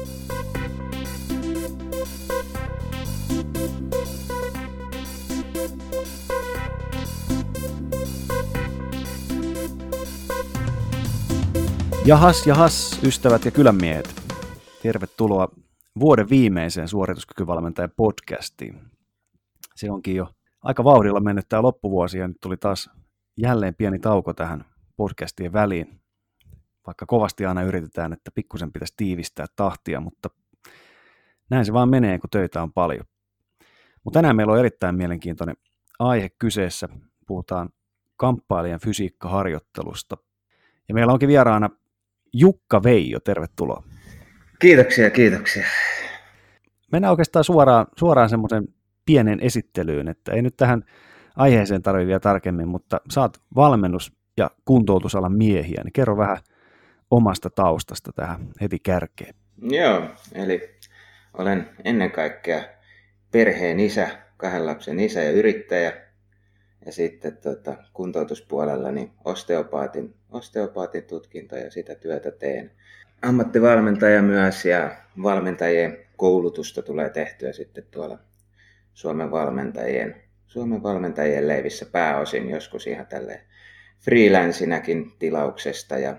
Jahas, ystävät ja kylänmiehet. Tervetuloa vuoden viimeiseen suorituskykyvalmentajan podcastiin. Se onkin jo aika vauhdilla mennyt tämä loppuvuosi ja nyt tuli taas jälleen pieni tauko tähän podcastien väliin. Vaikka kovasti aina yritetään, että pikkusen pitäisi tiivistää tahtia, mutta näin se vaan menee, kun töitä on paljon. Mutta tänään meillä on erittäin mielenkiintoinen aihe kyseessä. Puhutaan kamppailijan fysiikkaharjoittelusta. Ja meillä onkin vieraana Jukka Veijo, tervetuloa. Kiitoksia. Mennään oikeastaan suoraan semmoisen pienen esittelyyn, että ei nyt tähän aiheeseen tarvitse vielä tarkemmin, mutta saat valmennus- ja kuntoutusalan miehiä, niin kerro vähän omasta taustasta tähän heti kärkeen. Joo, eli olen ennen kaikkea perheen isä, 2 lapsen isä ja yrittäjä. Ja sitten kuntoutuspuolella niin osteopaatin tutkinto ja sitä työtä teen. Ammattivalmentaja myös ja valmentajien koulutusta tulee tehtyä sitten tuolla Suomen valmentajien leivissä pääosin, joskus ihan tälleen freelancinäkin tilauksesta. Ja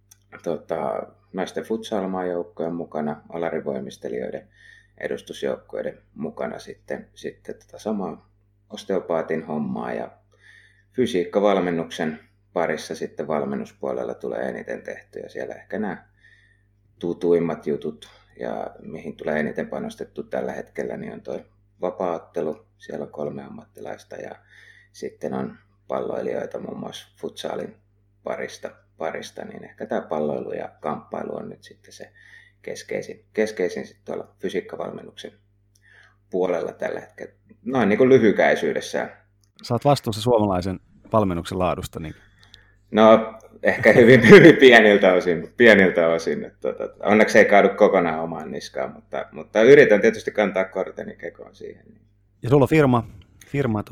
naisten futsal-maajoukkojen mukana, alarivoimistelijoiden edustusjoukkoiden mukana sitten samaa osteopaatin hommaa ja fysiikkavalmennuksen parissa sitten valmennuspuolella tulee eniten tehtyä. Siellä ehkä nämä tutuimmat jutut ja mihin tulee eniten panostettu tällä hetkellä niin on tuo vapaa-ottelu. Siellä on 3 ammattilaista ja sitten on palloilijoita muun muassa futsalin parista niin ehkä tämä palloilu ja kamppailu on nyt sitten se keskeisin sitten tuolla fysiikkavalmennuksen puolella tällä hetkellä. Noin niin kuin lyhykäisyydessään. Sä oot vastuussa suomalaisen valmennuksen laadusta. Niin. No ehkä hyvin pieniltä osin. Onneksi ei kaadu kokonaan omaan niskaan, mutta yritän tietysti kantaa korteni kekoon siihen. Ja sulla on firma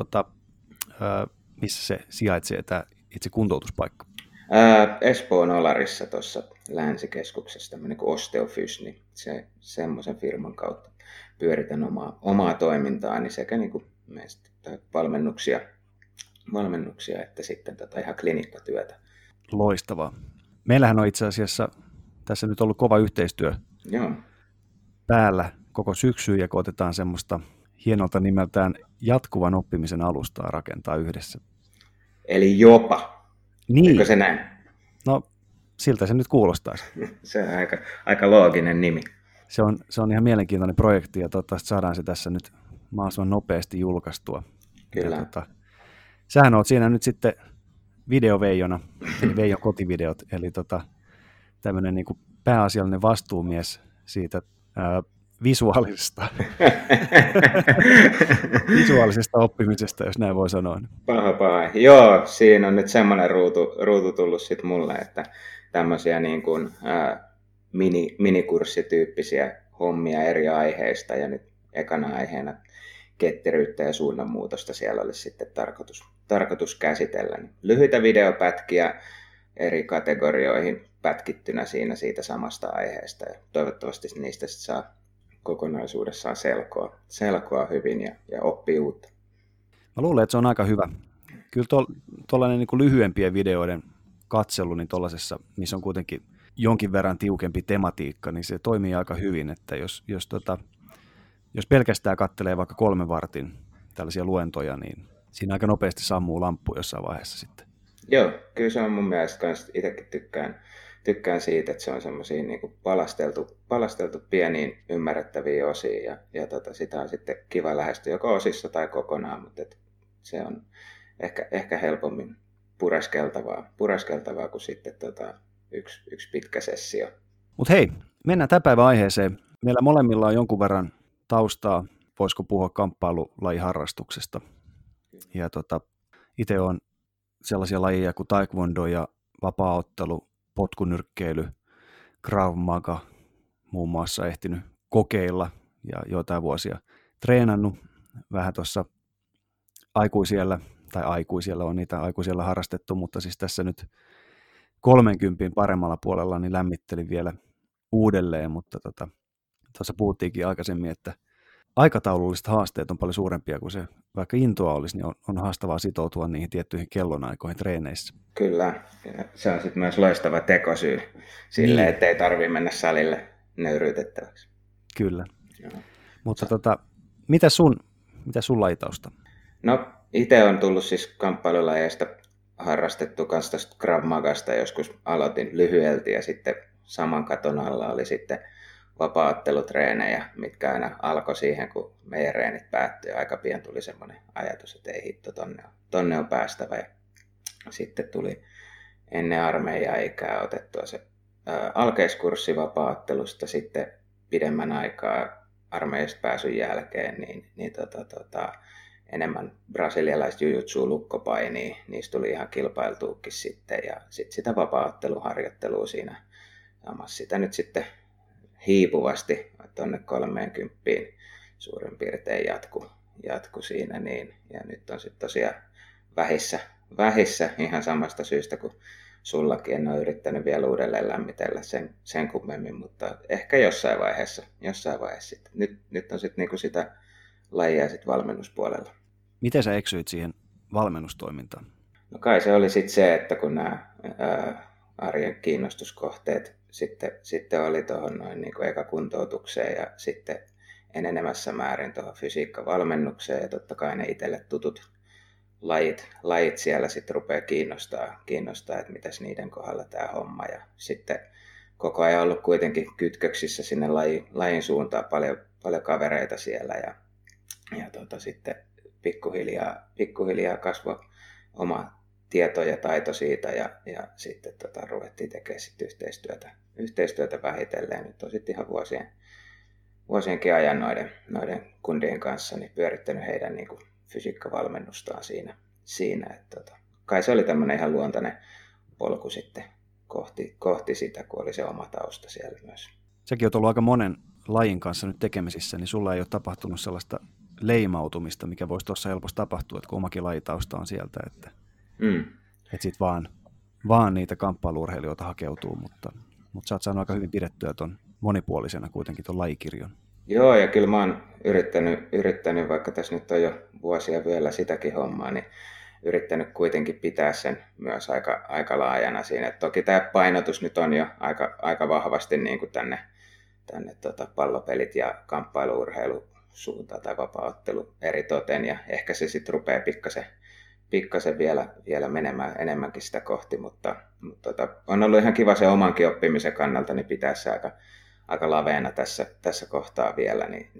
missä se sijaitsee, tämä itse kuntoutuspaikka? Espoon Olarissa tuossa länsikeskuksessa, tämmöinen kuin Osteofys, niin semmoisen firman kautta pyöritän omaa toimintaa, niin sekä niin kuin valmennuksia että sitten ihan klinikkatyötä. Loistavaa. Meillähän on itse asiassa tässä nyt ollut kova yhteistyö päällä koko syksy, ja kun otetaan semmoista hienolta nimeltään jatkuvan oppimisen alustaa rakentaa yhdessä. Eli jopa. Niin. Eikö se näin? No, siltä se nyt kuulostaisi. Se on aika looginen nimi. Se on ihan mielenkiintoinen projekti ja toivottavasti saadaan se tässä nyt mahdollisimman nopeasti julkaistua. Kyllä. Ja sähän oot siinä nyt sitten videoveijona, eli Veijon kotivideot, eli tämmöinen niin kuin pääasiallinen vastuumies siitä visuaalisesta oppimisesta, jos näin voi sanoa. Paha. Joo, siinä on nyt semmoinen ruutu tullut sitten mulle, että tämmöisiä niin kuin minikurssityyppisiä hommia eri aiheista ja nyt ekana aiheena ketteryyttä ja suunnanmuutosta siellä olisi sitten tarkoitus käsitellä. Lyhyitä videopätkiä eri kategorioihin pätkittynä siitä samasta aiheesta ja toivottavasti niistä saa kokonaisuudessaan selkoa hyvin ja oppii uutta. Mä luulen, että se on aika hyvä. Kyllä tuollainen niin kuin lyhyempien videoiden katselu, niin tuollaisessa, missä on kuitenkin jonkin verran tiukempi tematiikka, niin se toimii aika hyvin, että jos pelkästään katselee vaikka 3 vartin tällaisia luentoja, niin siinä aika nopeasti sammuu lamppu jossain vaiheessa sitten. Joo, kyllä se on mun mielestä kans itsekin tykkään siitä, että se on semmoisia niin kuin palasteltu pieniin ymmärrettäviin osiin ja sitä on sitten kiva lähestyä joko osissa tai kokonaan, mutta se on ehkä helpommin pureskeltavaa kuin sitten yksi pitkä sessio. Mutta hei, mennään tämän päivän aiheeseen. Meillä molemmilla on jonkun verran taustaa, voisiko puhua kamppailulajiharrastuksesta. Ja itse on sellaisia lajeja kuin taekwondo ja vapaa-ottelu, potkunyrkkeily, Krav Maga muun muassa ehtinyt kokeilla ja joitain vuosia treenannut. Vähän tuossa aikuisiellä on niitä aikuisiellä harrastettu, mutta siis tässä nyt 30 paremmalla puolella niin lämmittelin vielä uudelleen, mutta tuossa puhuttiinkin aikaisemmin, että aikataululliset haasteet on paljon suurempia kuin se, vaikka intoa olisi, niin on haastavaa sitoutua niihin tiettyihin kellonaikoihin treeneissä. Kyllä, ja se on sitten myös loistava tekosyy sille, Niin. ettei tarvitse mennä salille nöyryytettäväksi. Kyllä. Joo. Mutta mitä sun lajitausta? No, itse on tullut siis kamppailulajeista harrastettu kanssa tästä Krav Magasta. Joskus aloitin lyhyelti ja sitten saman katon alla oli sitten vapaa-ottelutreenejä, mitkä aina alkoi siihen, kun meidän reenit päättyi. Aika pian tuli semmoinen ajatus, että ei hitto, tonne on päästävä. Ja sitten tuli ennen armeija-ikää otettua se alkeiskurssi vapaa-ottelusta sitten pidemmän aikaa armeijasta pääsyn jälkeen, niin enemmän brasilialaista jujutsua lukkopainia, niistä tuli ihan kilpailtuukin sitten, ja sitten sitä vapaa-otteluharjoittelua siinä samassa sitä nyt sitten hiipuvasti tuonne 30 suurin piirtein jatku siinä, niin, ja nyt on sitten tosiaan vähissä ihan samasta syystä kuin sullakin, en ole yrittänyt vielä uudelleen lämmitellä sen kummemmin, mutta ehkä jossain vaiheessa sitten. Nyt on sitten niinku sitä lajia sitten valmennuspuolella. Miten sä eksyit siihen valmennustoimintaan? No kai se oli sitten se, että kun nämä arjen kiinnostuskohteet sitten oli tuohon noin niin kuin eka kuntoutukseen ja sitten enenemässä määrin tuohon fysiikkavalmennukseen, ja totta kai ne itselle tutut lajit siellä sitten rupeaa kiinnostaa, että mitäs niiden kohdalla tämä homma, ja sitten koko ajan ollut kuitenkin kytköksissä sinne lajin suuntaan paljon kavereita siellä, ja sitten pikkuhiljaa kasvoi oma tieto ja taito siitä, ja sitten ruvettiin tekemään sitten yhteistyötä vähitellen. Nyt on sitten ihan vuosienkin ajan noiden kundien kanssa niin pyörittänyt heidän niin kuin fysiikkavalmennustaan siinä. Että kai se oli tämmöinen ihan luontainen polku sitten kohti sitä, kun oli se oma tausta siellä myös. Säkin oot ollut aika monen lajin kanssa nyt tekemisissä, niin sulla ei ole tapahtunut sellaista leimautumista, mikä voisi tuossa helposti tapahtua, että kun omakin lajitausta on sieltä, että sitten vaan niitä kamppailu-urheilijoita hakeutuu, mutta sä oot saanut aika hyvin pidettyä ton monipuolisena kuitenkin ton lajikirjon. Joo, ja kyllä mä oon yrittänyt, vaikka tässä nyt on jo vuosia vielä sitäkin hommaa, niin yrittänyt kuitenkin pitää sen myös aika laajana siinä. Et toki tämä painotus nyt on jo aika vahvasti niin kuin tänne pallopelit ja kamppailu-urheilu suuntaan tai vapaa-ottelu eritoten, ja ehkä se sitten rupeaa pikkasen vielä menemään enemmänkin sitä kohti, mutta on ollut ihan kiva se omankin oppimisen kannalta, niin pitää se aika laveena tässä kohtaa vielä, niin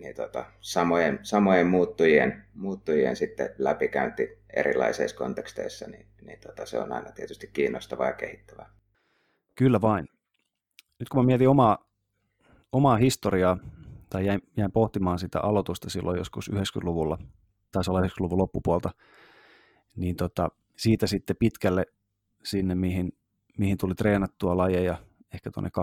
samojen muuttujien sitten läpikäynti erilaisissa konteksteissa, niin se on aina tietysti kiinnostavaa ja kehittävää. Kyllä vain. Nyt kun mä mietin omaa historiaa, tai jäin pohtimaan sitä aloitusta silloin joskus 90-luvulla, taisi olla 90-luvun loppupuolta, niin siitä sitten pitkälle sinne, mihin tuli treenattua lajeja, ehkä tuonne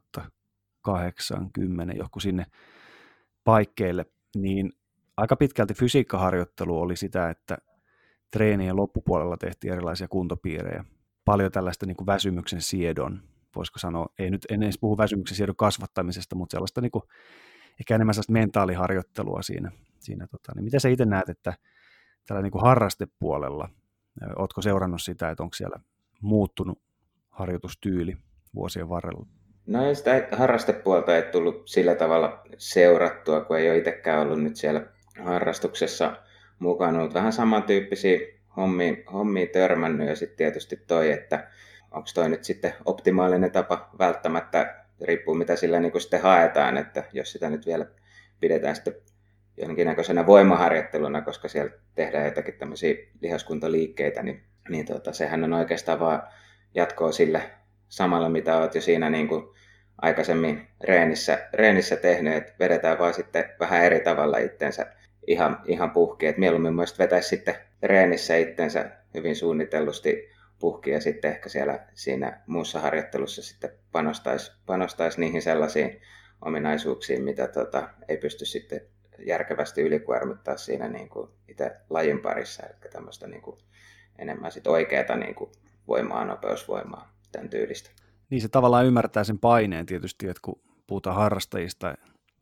2080 joku sinne paikkeille, niin aika pitkälti fysiikkaharjoittelu oli sitä, että treenien loppupuolella tehtiin erilaisia kuntopiirejä. Paljon tällaista niin kuin väsymyksen siedon, voisiko sanoa, en edes puhu väsymyksen siedon kasvattamisesta, mutta sellaista niin kuin, ehkä enemmän sellaista mentaaliharjoittelua siinä niin miten sä itse näet, että tällä niin kuin harrastepuolella, ootko seurannut sitä, että onko siellä muuttunut harjoitustyyli vuosien varrella? No ei sitä harrastepuolta ei tullut sillä tavalla seurattua, kun ei ole itsekään ollut nyt siellä harrastuksessa mukana. Mutta vähän samantyyppisiä hommia törmännyt, ja sitten tietysti että onko toi nyt sitten optimaalinen tapa, välttämättä riippuu mitä sillä niin kuin sitten haetaan, että jos sitä nyt vielä pidetään sitten jonkinnäköisenä voimaharjoitteluna, koska siellä tehdään jotakin tämmöisiä lihaskuntoliikkeitä, niin sehän on oikeastaan vaan jatkoa sille samalla, mitä olet jo siinä niin kuin aikaisemmin reenissä tehnyt, että vedetään vaan sitten vähän eri tavalla itsensä ihan puhki, että mieluummin myös vetäisi sitten reenissä itsensä hyvin suunnitellusti puhki, ja sitten ehkä siinä muussa harjoittelussa sitten panostaisi niihin sellaisiin ominaisuuksiin, mitä ei pysty sitten järkevästi ylikuormittaa siinä niin kuin itse lajin parissa, eli tämmöistä niin kuin enemmän sit oikeaa niin kuin voimaa, nopeusvoimaa, tämän tyylistä. Niin se tavallaan ymmärtää sen paineen tietysti, että kun puhutaan harrastajista,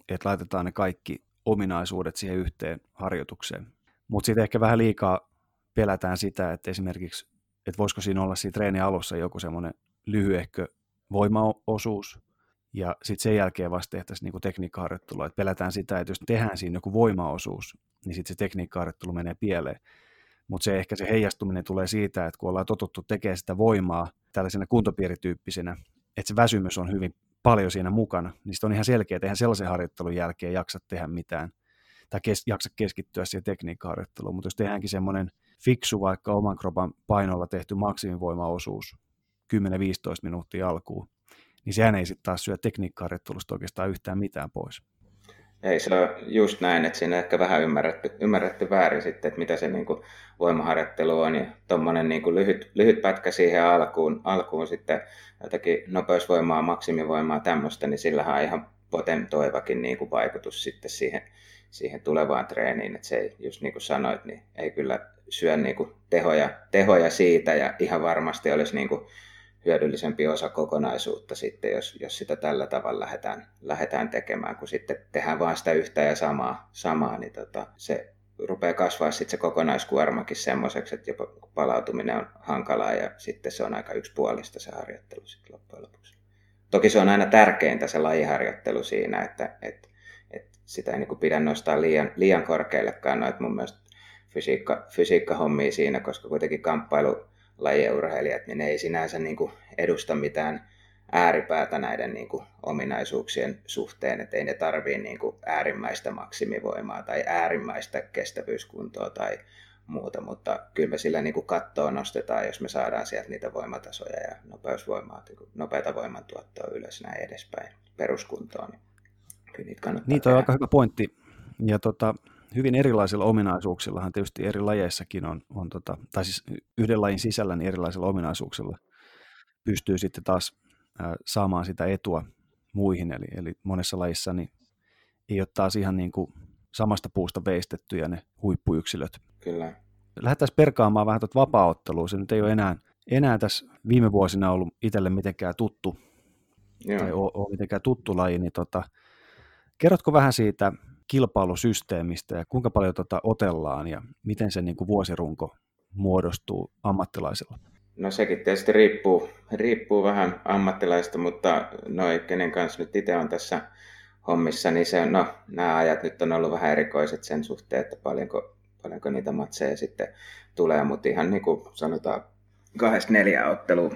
että laitetaan ne kaikki ominaisuudet siihen yhteen harjoitukseen. Mutta sitten ehkä vähän liikaa pelätään sitä, että esimerkiksi, että voisiko siinä olla siinä treenin alussa joku semmoinen lyhyehkö voimaosuus, ja sitten sen jälkeen vasta tehtäisiin niinku tekniikkaharjoittelua. Et pelätään sitä, että jos tehdään siinä joku voimaosuus, niin sitten se tekniikkaharjoittelu menee pieleen. Mutta se heijastuminen tulee siitä, että kun ollaan totuttu tekemään sitä voimaa tällaisena kuntopiirityyppisenä, että se väsymys on hyvin paljon siinä mukana, niin sitten on ihan selkeä, että eihän sellaisen harjoittelun jälkeen jaksa tehdä mitään tai jaksa keskittyä siihen tekniikkaharjoitteluun. Mutta jos tehdäänkin semmoinen fiksu vaikka oman kropan painolla tehty maksimivoimaosuus 10-15 minuuttia alkuun, niin sehän ei sitten taas syö tekniikkaharjoittelusta oikeastaan yhtään mitään pois. Ei, se on just näin, että siinä on ehkä vähän ymmärretty väärin sitten, että mitä se niin kuin voimaharjoittelu on. Ja tuommoinen niin kuin lyhyt pätkä siihen alkuun sitten jotakin nopeusvoimaa, maksimivoimaa tämmöistä, niin sillähän on ihan potentoivakin niin kuin vaikutus sitten siihen tulevaan treeniin. Että se ei, just niin kuin sanoit, niin ei kyllä syö niin kuin tehoja siitä, ja ihan varmasti olisi niin kuin hyödyllisempi osa kokonaisuutta sitten, jos sitä tällä tavalla lähdetään tekemään, kun sitten tehdään vaan sitä yhtä ja samaa niin se rupeaa kasvaa sitten se kokonaiskuormakin semmoiseksi, että jopa palautuminen on hankalaa ja sitten se on aika yksipuolista se harjoittelu sitten loppujen lopuksi. Toki se on aina tärkeintä se lajiharjoittelu siinä, että sitä ei niin kuin pidä nostaa liian korkeallekaan noita mun mielestä fysiikkahommia siinä, koska kuitenkin kamppailulajiurheilijat, niin ne ei sinänsä niin kuin edusta mitään ääripäätä näiden niin kuin ominaisuuksien suhteen, että ei ne tarvitse niin kuin äärimmäistä maksimivoimaa tai äärimmäistä kestävyyskuntoa tai muuta, mutta kyllä me sillä niin kuin kattoa nostetaan, jos me saadaan sieltä niitä voimatasoja ja nopeusvoimaa, nopeata voimantuottoa ylös näin edespäin peruskuntoon. Niin kyllä niitä kannattaa Niitä on aika hyvä pointti. Ja hyvin erilaisilla ominaisuuksillahan tietysti eri lajeissakin on tai siis yhden lajin sisällä niin erilaisilla ominaisuuksilla pystyy sitten taas saamaan sitä etua muihin. Eli monessa lajissa niin ei ole taas ihan niin kuin samasta puusta veistettyjä ne huippuyksilöt. Kyllä. Lähdetään perkaamaan vähän tuota vapaa-ottelua. Se nyt ei ole enää tässä viime vuosina ollut itselle mitenkään tuttu. Joo. Tai ole mitenkään tuttu laji. Niin kerrotko vähän siitä kilpailusysteemistä ja kuinka paljon otellaan ja miten se niin kuin vuosirunko muodostuu ammattilaisella? No sekin tietysti riippuu vähän ammattilaista, mutta kenen kanssa nyt itse on tässä hommissa, niin nämä ajat nyt on ollut vähän erikoiset sen suhteen, että paljonko niitä matseja sitten tulee, mutta ihan niin kuin sanotaan 2-4 ottelua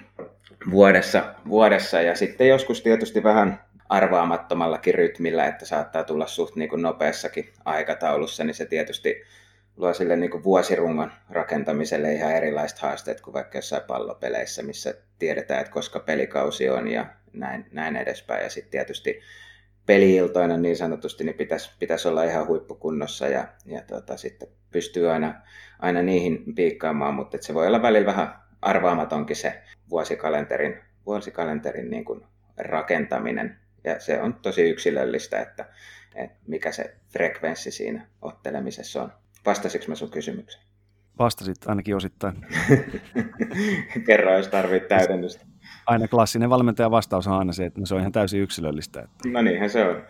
vuodessa ja sitten joskus tietysti vähän arvaamattomallakin rytmillä, että saattaa tulla suht niin kuin nopeassakin aikataulussa, niin se tietysti luo sille niin kuin vuosirungon rakentamiselle ihan erilaiset haasteet kuin vaikka jossain pallopeleissä, missä tiedetään, että koska pelikausi on ja näin edespäin. Ja sitten tietysti peli-iltoina niin sanotusti niin pitäisi olla ihan huippukunnossa ja sitten pystyy aina niihin piikkaamaan, mutta se voi olla välillä vähän arvaamatonkin se vuosikalenterin niin kuin rakentaminen. Ja se on tosi yksilöllistä, että mikä se frekvenssi siinä ottelemisessa on. Vastasitko mä sun kysymykseen? Vastasit ainakin osittain. Kerro, jos tarvitset täydennystä. Aina klassinen valmentajan vastaus on aina se, että se on ihan täysin yksilöllistä. No niinhän se on.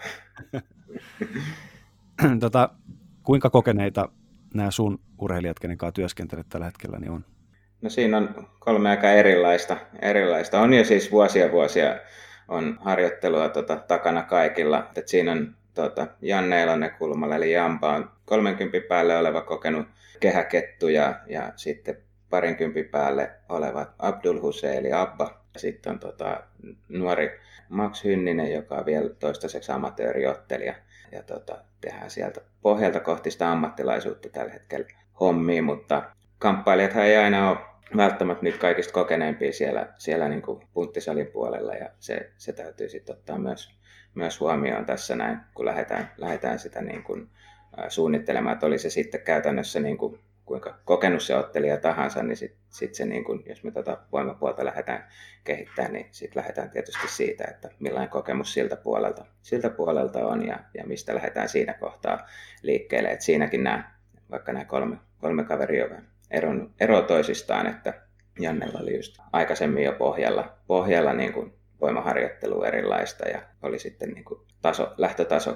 Kuinka kokeneita nämä sun urheilijat, kenen kanssa työskentelet tällä hetkellä, niin on? No siinä on 3 aika erilaista. On jo siis vuosia on harjoittelua takana kaikilla. Et siinä on Janne Elonen kulmalla, eli Jampa on 30 päälle oleva kokenut kehäkettu ja sitten 20 päälle oleva Abdul Hussein eli Abba. Sitten on nuori Max Hynninen, joka on vielä toistaiseksi amatööriottelija. Ja tehdään sieltä pohjalta kohti sitä ammattilaisuutta tällä hetkellä hommia, mutta kamppailijathan ei aina ole välttämättä niitä kaikista kokeneimpia siellä niin kuin punttisalin puolella ja se täytyy sitten ottaa myös huomioon tässä näin, kun lähdetään sitä niin kuin suunnittelemaan, että oli se sitten käytännössä niin kuin, kuinka kokenut se ottelija tahansa, niin sit se, niin kuin, jos me voimapuolta lähdetään kehittämään, niin sitten lähdetään tietysti siitä, että millainen kokemus siltä puolelta on ja mistä lähdetään siinä kohtaa liikkeelle. Et siinäkin vaikka nämä kolme kaveria ovat eroa toisistaan, että Jannella oli just aikaisemmin jo pohjalla niin kuin voimaharjoittelua erilaista ja oli sitten niin kuin lähtötasokin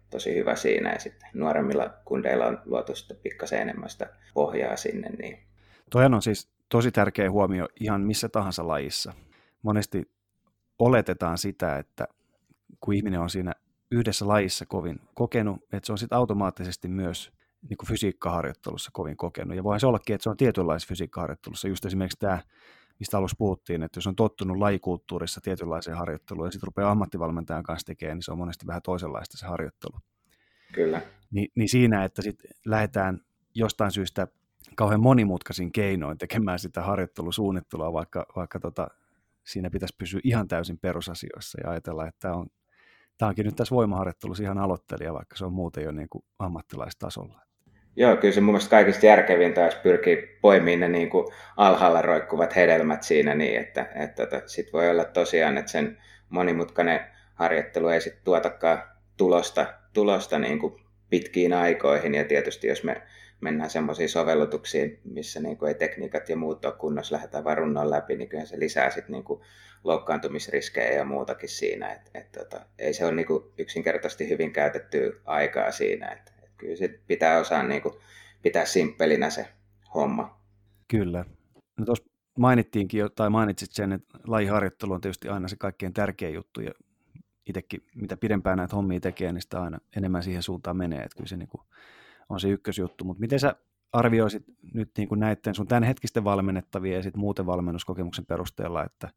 tosi hyvä siinä, ja sitten nuoremmilla kundeilla on luotu sitten pikkasen enemmän sitä pohjaa sinne. Niin. Toihan on siis tosi tärkeä huomio ihan missä tahansa lajissa. Monesti oletetaan sitä, että kun ihminen on siinä yhdessä lajissa kovin kokenut, että se on sitten automaattisesti myös niin kuin fysiikkaharjoittelussa kovin kokenut. Ja voihan se ollakin, että se on tietynlaisessa fysiikkaharjoittelussa. Just esimerkiksi tämä, mistä alussa puhuttiin, että jos on tottunut lajikulttuurissa tietynlaiseen harjoitteluun ja sitten rupeaa ammattivalmentajan kanssa tekemään, niin se on monesti vähän toisenlaista se harjoittelu. Kyllä. Niin siinä, että sitten lähdetään jostain syystä kauhean monimutkaisin keinoin tekemään sitä harjoittelusuunnittelua, vaikka siinä pitäisi pysyä ihan täysin perusasioissa ja ajatella, että tämä onkin nyt tässä voimaharjoittelussa ihan aloittelija, vaikka se on muuten jo niin kuin ammattilaistasolla. Joo, kyllä se mun mielestä kaikista järkevintä olisi pyrkiä poimimaan ne niin kuin alhaalla roikkuvat hedelmät siinä niin, että sitten voi olla tosiaan, että sen monimutkainen harjoittelu ei sitten tuotakaan tulosta niin kuin pitkiin aikoihin, ja tietysti jos me mennään semmoisiin sovellutuksiin, missä niin kuin ei tekniikat ja muut ole kunnossa, lähdetään vaan runnon läpi, niin kyllähän se lisää sitten niin kuin loukkaantumisriskejä ja muutakin siinä, ei se ole niin kuin yksinkertaisesti hyvin käytettyä aikaa siinä, että kyllä se pitää osaa niin kuin pitää simppelinä se homma. Kyllä. No tuossa mainittiinkin jo, tai mainitsit sen, että lajiharjoittelu on tietysti aina se kaikkein tärkein juttu, ja itsekin mitä pidempään näitä hommia tekee, niin sitä aina enemmän siihen suuntaan menee, että kyllä se niin kuin on se ykkösjuttu. Mutta miten sä arvioisit nyt niin kuin näiden sun tämänhetkisten valmennettavien ja sitten muuten valmennuskokemuksen perusteella, että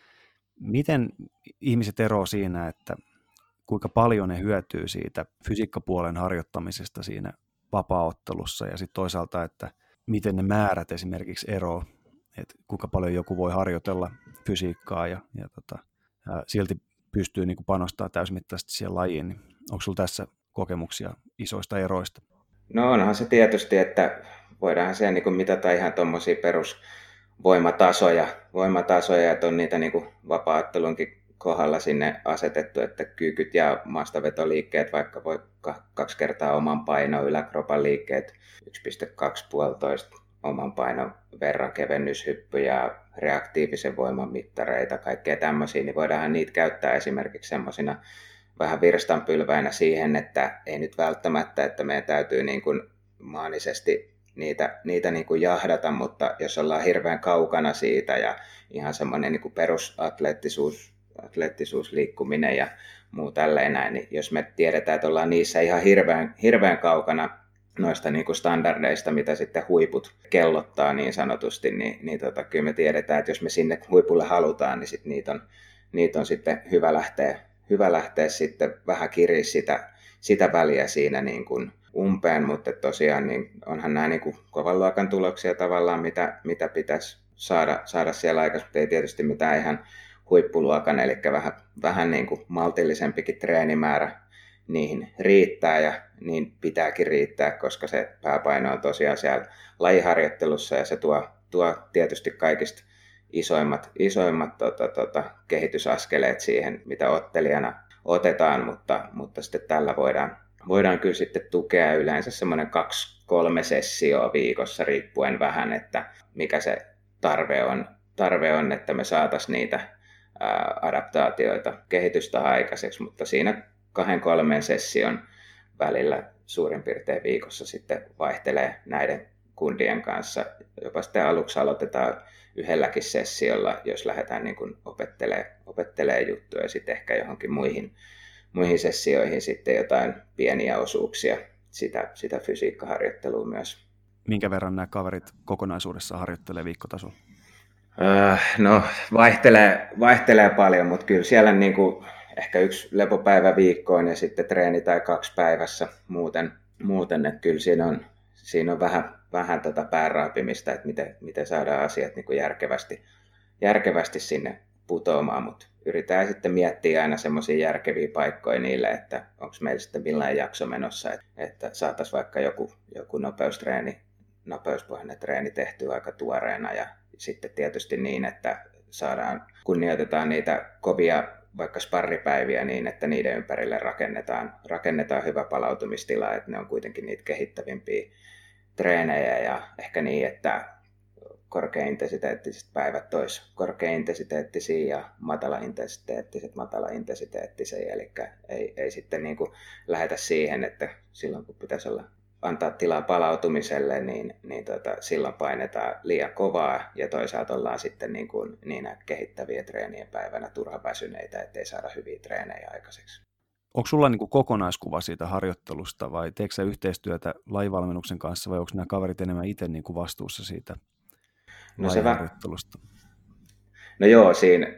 miten ihmiset eroavat siinä, että kuinka paljon ne hyötyy siitä fysiikkapuolen harjoittamisesta siinä vapaaottelussa ja sitten toisaalta, että miten ne määrät esimerkiksi eroavat, että kuinka paljon joku voi harjoitella fysiikkaa ja silti pystyy niin kuin panostamaan täysimittaisesti siihen lajiin. Niin onko sulla tässä kokemuksia isoista eroista? No onhan se tietysti, että voidaan se niin kuin mitata ihan tuommoisia perusvoimatasoja, että on niitä niin kuin vapaa-ottelunkin kohdalla sinne asetettu, että kyykyt ja maastavetoliikkeet vaikka voi 2 kertaa oman painon, yläkropan liikkeet 1,2-1,5 oman painon verran, kevennyshyppy ja reaktiivisen voiman mittareita, kaikkea tämmöisiä, niin voidaan niitä käyttää esimerkiksi semmoisina vähän virstanpylväinä siihen, että ei nyt välttämättä, että meidän täytyy niin kuin maanisesti niitä niin kuin jahdata, mutta jos ollaan hirveän kaukana siitä ja ihan semmoinen niin kuin perusatleettisuus, liikkuminen ja muu tälleen näin, niin jos me tiedetään, että ollaan niissä ihan hirveän kaukana noista niin kuin standardeista, mitä sitten huiput kellottaa niin sanotusti, niin kyllä me tiedetään, että jos me sinne huipulle halutaan, niin sit niitä on sitten hyvä lähteä sitten vähän kiriä sitä väliä siinä niin kuin umpeen, mutta tosiaan niin onhan nämä niin kuin kovan luokan tuloksia tavallaan, mitä pitäisi saada siellä aikaisemmin, mutta ei tietysti mitään ihan huippuluokan, eli vähän niin kuin maltillisempikin treenimäärä niihin riittää ja niin pitääkin riittää, koska se pääpaino on tosiaan siellä lajiharjoittelussa ja se tuo tietysti kaikista isoimmat kehitysaskeleet siihen, mitä ottelijana otetaan, mutta sitten tällä voidaan kyllä sitten tukea yleensä semmoinen 2-3 sessioa viikossa riippuen vähän, että mikä se tarve on, että me saataisiin niitä adaptaatioita, kehitystä aikaiseksi, mutta siinä 2-3 session välillä suurin piirtein viikossa sitten vaihtelee näiden kundien kanssa. Jopa sitten aluksi aloitetaan yhdelläkin sessiolla, jos lähdetään niin kuin opettelee juttuja ja sitten ehkä johonkin muihin sessioihin sitten jotain pieniä osuuksia sitä fysiikkaharjoittelua myös. Minkä verran nämä kaverit kokonaisuudessaan harjoittelee viikkotasolla? No vaihtelee paljon, mutta kyllä siellä niin kuin ehkä 1 lepopäivä viikkoon ja sitten treeni tai 2 päivässä muuten, että kyllä siinä on vähän päänraapimista, että miten saadaan asiat niin kuin järkevästi sinne putoamaan, mutta yritetään sitten miettiä aina semmoisia järkeviä paikkoja niille, että onko meillä sitten millainen jakso menossa, että saataisiin vaikka joku nopeuspohjainen treeni tehtyä aika tuoreena ja sitten tietysti niin, että kunnioitetaan niitä kovia vaikka sparripäiviä niin, että niiden ympärille rakennetaan hyvä palautumistila, että ne on kuitenkin niitä kehittävimpiä treenejä ja ehkä niin, että korkeaintensiteettiset päivät tois korkeaintensiteettisiä ja matalaintensiteettisiä, eli ei sitten niin kuin lähetä siihen, että silloin kun pitäisi antaa tilaa palautumiselle, niin silloin painetaan liian kovaa ja toisaalta ollaan sitten niin kuin niinä kehittävien treenien päivänä turha väsyneitä, ettei saada hyviä treenejä aikaiseksi. Onko sulla niin kuin kokonaiskuva siitä harjoittelusta vai teetkö sä yhteistyötä lajivalmennuksen kanssa vai onko nämä kaverit enemmän itse niin kuin vastuussa siitä lajiharjoittelusta? No joo, siinä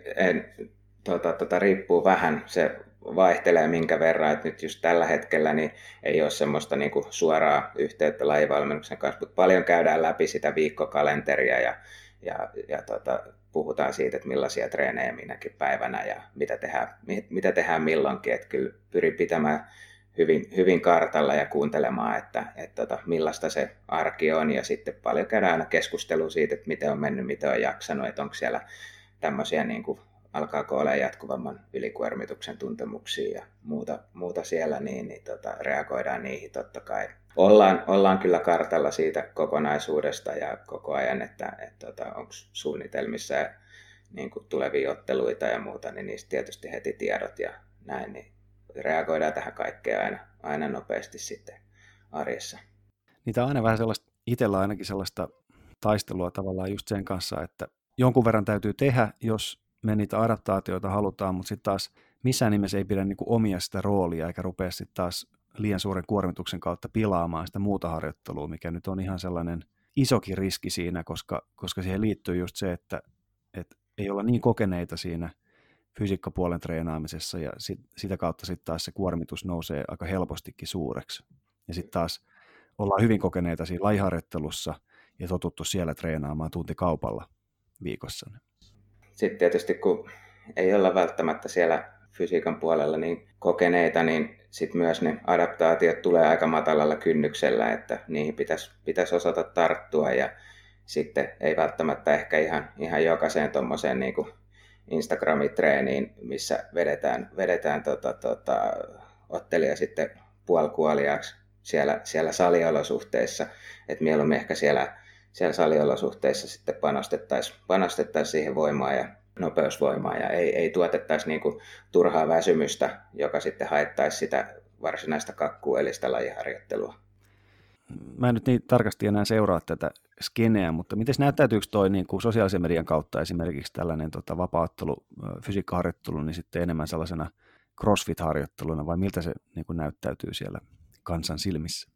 riippuu vähän, se vaihtelee minkä verran, että nyt just tällä hetkellä niin ei ole semmoista niin kuin suoraa yhteyttä lajivalmennuksen kanssa, mutta paljon käydään läpi sitä viikkokalenteria ja puhutaan siitä, että millaisia treenejä minäkin päivänä ja mitä tehdään milloinkin, että kyllä pyrin pitämään hyvin kartalla ja kuuntelemaan, että millaista se arki on ja sitten paljon käydään aina keskustelua siitä, että miten on mennyt, miten on jaksanut, että onko siellä tämmöisiä niin kuin alkaako olla jatkuvamman ylikuormituksen tuntemuksia ja muuta siellä, niin reagoidaan niihin totta kai. Ollaan kyllä kartalla siitä kokonaisuudesta ja koko ajan, että onko suunnitelmissa ja niin kuin tulevia otteluita ja muuta, niin niistä tietysti heti tiedot ja näin, niin reagoidaan tähän kaikkeen aina nopeasti sitten arjessa. Niitä on aina vähän sellaista, itsellä ainakin sellaista taistelua tavallaan just sen kanssa, että jonkun verran täytyy tehdä, jos me niitä adaptaatioita halutaan, mutta sitten taas missään nimessä ei pidä niinku omia sitä roolia eikä rupea sitten taas liian suuren kuormituksen kautta pilaamaan sitä muuta harjoittelua, mikä nyt on ihan sellainen isokin riski siinä, koska siihen liittyy just se, että ei olla niin kokeneita siinä fysiikkapuolen treenaamisessa ja sitä kautta sitten taas se kuormitus nousee aika helpostikin suureksi. Ja sitten taas ollaan hyvin kokeneita siinä lajiharjoittelussa ja totuttu siellä treenaamaan tuntikaupalla viikossa. Sitten tietysti kun ei olla välttämättä siellä fysiikan puolella niin kokeneita, niin sitten myös ne adaptaatiot tulee aika matalalla kynnyksellä, että niihin pitäisi osata tarttua ja sitten ei välttämättä ehkä ihan jokaiseen tuommoiseen niin kuin Instagram-treeniin, missä vedetään ottelija sitten puolikuoliaaksi siellä saliolosuhteissa, että mieluummin ehkä siellä saliolosuhteissa sitten panostettaisiin siihen voimaan ja nopeusvoimaan ja ei tuotettaisi niin kuin turhaa väsymystä, joka sitten haittaisi sitä varsinaista kakkua eli sitä lajiharjoittelua. Mä en nyt niin tarkasti enää seuraa tätä skeneä, mutta miten näyttäytyykö toi niin kuin sosiaalisen median kautta esimerkiksi tällainen vapaaottelu, fysiikkaharjoittelu, niin sitten enemmän sellaisena crossfit-harjoitteluna vai miltä se niin kuin näyttäytyy siellä kansan silmissä?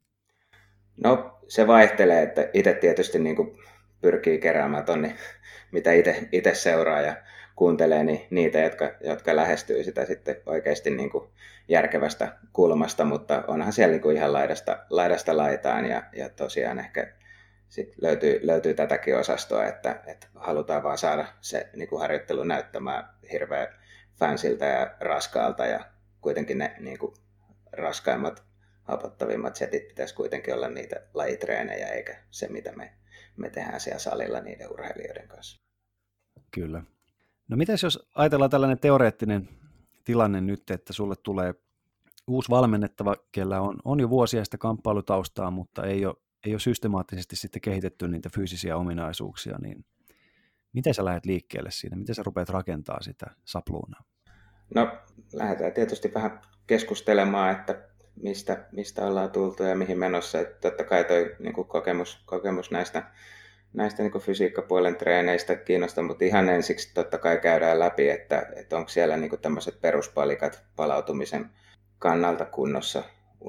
No se vaihtelee, että itse tietysti niin kuin pyrkii keräämään tonne, mitä itse seuraa ja kuuntelee niin niitä, jotka lähestyy sitä sitten oikeasti niin kuin järkevästä kulmasta, mutta onhan siellä niin kuin ihan laidasta laitaan ja tosiaan ehkä sit löytyy tätäkin osastoa, että halutaan vaan saada se niin kuin harjoittelu näyttämään hirveän fansilta ja raskaalta ja kuitenkin ne niin kuin raskaimmat hapottavimmat setit pitäisi kuitenkin olla niitä lajitreenejä eikä se mitä me tehdään siellä salilla niiden urheilijoiden kanssa. Kyllä. No mitäs jos ajatellaan tällainen teoreettinen tilanne nyt, että sulle tulee uusi valmennettava, kellä on jo vuosia sitä kamppailutaustaa, mutta ei ole systemaattisesti sitten kehitetty niitä fyysisiä ominaisuuksia, niin miten sä lähdet liikkeelle siinä? Miten sä rupeat rakentamaan sitä sapluunaa? No lähdetään tietysti vähän keskustelemaan, että mistä ollaan tultu ja mihin menossa. Että totta kai toi niin kuin kokemus näistä niin kuin fysiikkapuolen treeneistä kiinnostaa, mutta ihan ensiksi totta kai käydään läpi, että onko siellä niin kuin tämmöiset peruspalikat palautumisen kannalta kunnossa,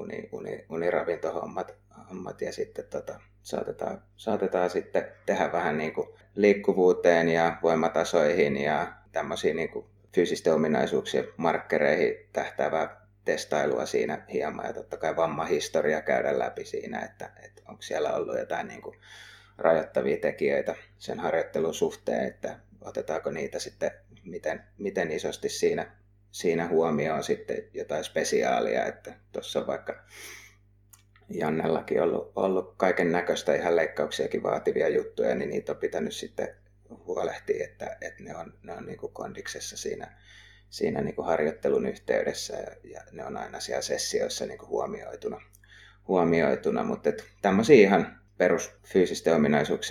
uniravintohommat ja sitten saatetaan sitten tehdä vähän niin kuin liikkuvuuteen ja voimatasoihin ja tämmöisiin niin kuin fyysisten ominaisuuksien markkereihin tähtäävää testailua siinä hieman ja totta kai vammahistoria käydä läpi siinä, että onko siellä ollut jotain niin kuin rajoittavia tekijöitä sen harjoittelun suhteen, että otetaanko niitä sitten miten isosti siinä huomioon sitten jotain spesiaalia, että tuossa on vaikka Jannellakin ollut kaiken näköistä ihan leikkauksiakin vaativia juttuja, niin niitä on pitänyt sitten huolehtia, että ne on niin kuin kondiksessa siinä niin kuin harjoittelun yhteydessä ja ne on aina siellä sessioissa niin kuin huomioituna. Mutta tämmöisiä ihan perusfyysisten ominaisuuksien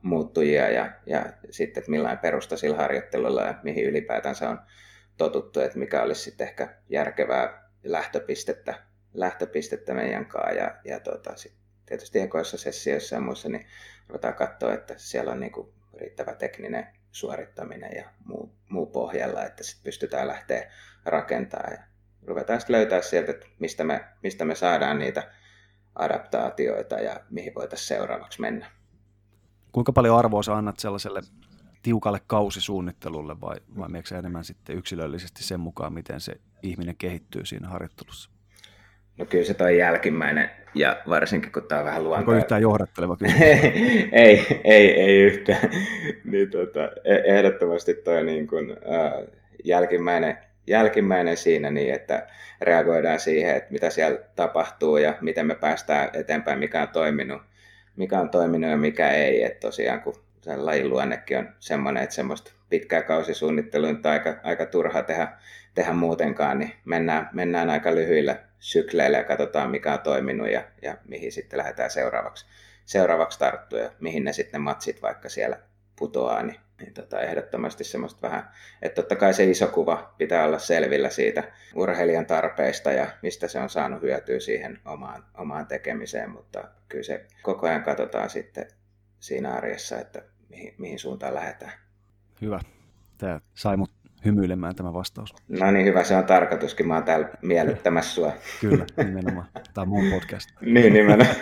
muuttujia ja sitten, että millainen perusta sillä harjoittelulla ja mihin ylipäätänsä on totuttu, että mikä olisi sitten ehkä järkevää lähtöpistettä meidän kanssa. Ja sit tietysti ekoissa sessioissa ja muissa niin ruvetaan katsoa, että siellä on niinku riittävä tekninen suorittaminen ja muu pohjalla, että sitten pystytään lähteä rakentamaan ja ruvetaan sitten löytää sieltä, että mistä me saadaan niitä adaptaatioita ja mihin voitaisiin seuraavaksi mennä. Kuinka paljon arvoa sä annat sellaiselle tiukalle kausisuunnittelulle vai meneekö sä enemmän sitten yksilöllisesti sen mukaan, miten se ihminen kehittyy siinä harjoittelussa? No kyllä se toi jälkimmäinen, ja varsinkin kun tämä on vähän luontoa. Onko yhtään johdatteleva kysymys? ei yhtään. Niin, ehdottomasti toi niin kuin, jälkimmäinen siinä niin, että reagoidaan siihen, että mitä siellä tapahtuu ja miten me päästään eteenpäin, mikä on toiminut ja mikä ei. Että tosiaan kun sen lajin luonnekin on semmoinen, että semmoista pitkää kausisuunnittelua on aika turha tehdä muutenkaan, niin mennään aika lyhyillä sykleillä ja katsotaan mikä on toiminut ja mihin sitten lähdetään seuraavaksi tarttua ja mihin ne sitten matsit vaikka siellä putoaa, niin ehdottomasti semmoista vähän, että totta kai se iso kuva pitää olla selvillä siitä urheilijan tarpeista ja mistä se on saanut hyötyä siihen omaan tekemiseen, mutta kyllä se koko ajan katsotaan sitten siinä arjessa, että mihin suuntaan lähdetään. Hyvä. Tämä sai mut hymyilemään tämä vastaus. No niin, hyvä, se on tarkoituskin. Mä oon täällä miellyttämässä sua. Kyllä, nimenomaan. Tämä on mun podcast. Niin, nimenomaan.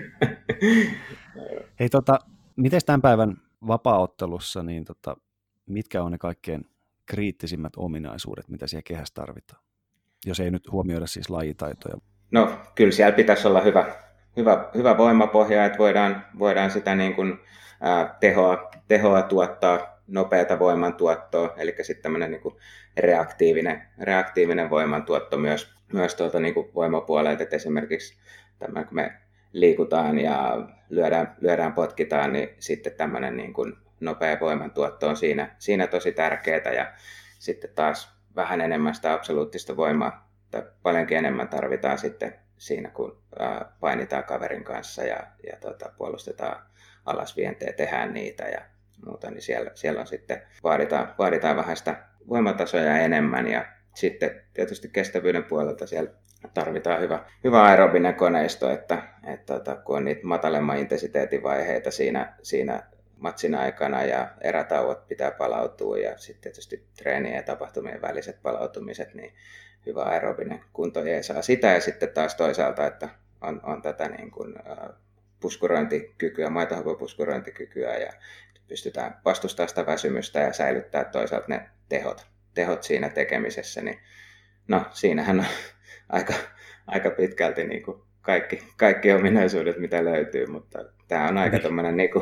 Hei, miten tämän päivän vapaaottelussa, niin mitkä on ne kaikkein kriittisimmät ominaisuudet, mitä siellä kehässä tarvitaan? Jos ei nyt huomioida siis lajitaitoja. No, kyllä siellä pitäisi olla hyvä voimapohja, että voidaan sitä niin kuin, tehoa tuottaa, nopeata voimantuottoa, eli sitten tämmöinen niin kuin reaktiivinen voimantuotto myös tuolta niin kuin voimapuolelta, että esimerkiksi tämä, kun me liikutaan ja lyödään, potkitaan, niin sitten tämmöinen niin kuin nopea voimantuotto on siinä tosi tärkeää, ja sitten taas vähän enemmän sitä absoluuttista voimaa, tai paljonkin enemmän tarvitaan sitten siinä, kun painitaan kaverin kanssa ja puolustetaan alasvientejä, tehdään niitä ja muuta, niin siellä on sitten vaaditaan vähän sitä voimatasoja enemmän, ja sitten tietysti kestävyyden puolelta siellä tarvitaan hyvä aerobinen koneisto, että kun on niitä matalemman intensiteetin vaiheita siinä matsin aikana ja erätauot pitää palautua ja sitten tietysti treenien ja tapahtumien väliset palautumiset, niin hyvä aerobinen kunto jeesaa sitä, ja sitten taas toisaalta, että on tätä niin kuin puskurointikykyä, maitohapopuskurointikykyä ja pystytään vastustamaan sitä väsymystä ja säilyttää toisaalta ne tehot siinä tekemisessä, niin no siinähän on aika pitkälti niin kuin kaikki ominaisuudet, mitä löytyy, mutta tämä on aika tommoinen niin kuin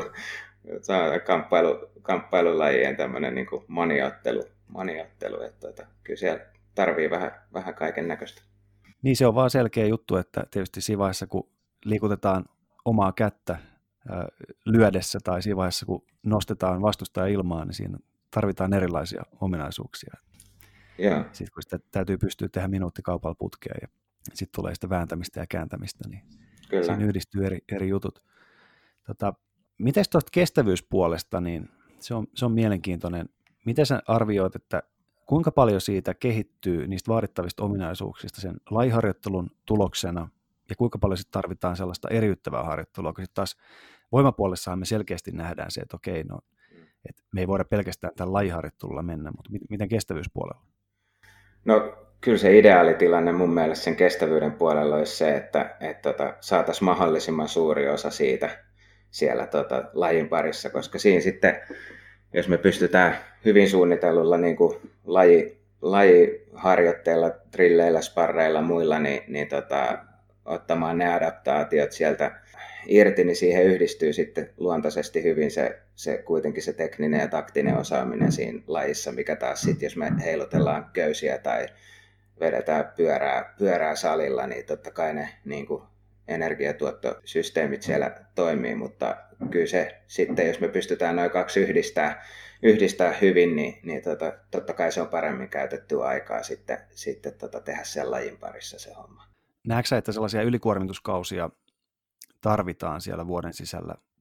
kamppailulajien tämmöinen niin kuin moniottelu, että kyllä siellä tarvii vähän kaiken näköistä. Niin se on vaan selkeä juttu, että tietysti siinä vaiheessa, kun liikutetaan omaa kättä lyödessä tai siinä vaiheessa, kun nostetaan vastustaja ilmaan, niin siinä tarvitaan erilaisia ominaisuuksia. Sitten kun sitä täytyy pystyä tehdä minuuttikaupalla putkea ja sitten tulee sitä vääntämistä ja kääntämistä, niin kyllä siinä yhdistyy eri jutut. Miten tuosta kestävyyspuolesta, niin se on mielenkiintoinen. Miten sä arvioit, että kuinka paljon siitä kehittyy niistä vaadittavista ominaisuuksista sen lajiharjoittelun tuloksena ja kuinka paljon sitten tarvitaan sellaista eriyttävää harjoittelua, kun sitten taas voimapuolessahan me selkeästi nähdään se, että okei, no, että me ei voida pelkästään tällä lajiharjoittelulla mennä, mutta miten kestävyyspuolella? No kyllä se ideaalitilanne mun mielestä sen kestävyyden puolella olisi se, että saataisiin mahdollisimman suuri osa siitä siellä lajin parissa, koska siinä sitten, jos me pystytään hyvin suunnitellulla niin kuin lajiharjoitteilla, trilleillä, sparreilla, muilla, niin ottamaan ne adaptaatiot sieltä irti, niin siihen yhdistyy sitten luontaisesti hyvin se kuitenkin se tekninen ja taktinen osaaminen siinä lajissa, mikä taas sitten, jos me heilutellaan köysiä tai vedetään pyörää salilla, niin totta kai ne niin kuin energiatuottosysteemit siellä toimii, mutta kyllä se sitten, jos me pystytään noin kaksi yhdistää hyvin, niin totta kai se on paremmin käytettyä aikaa sitten tehdä sen lajin parissa se homma. Näetkö sä, että sellaisia ylikuormituskausia tarvitaan siellä vuoden sisällä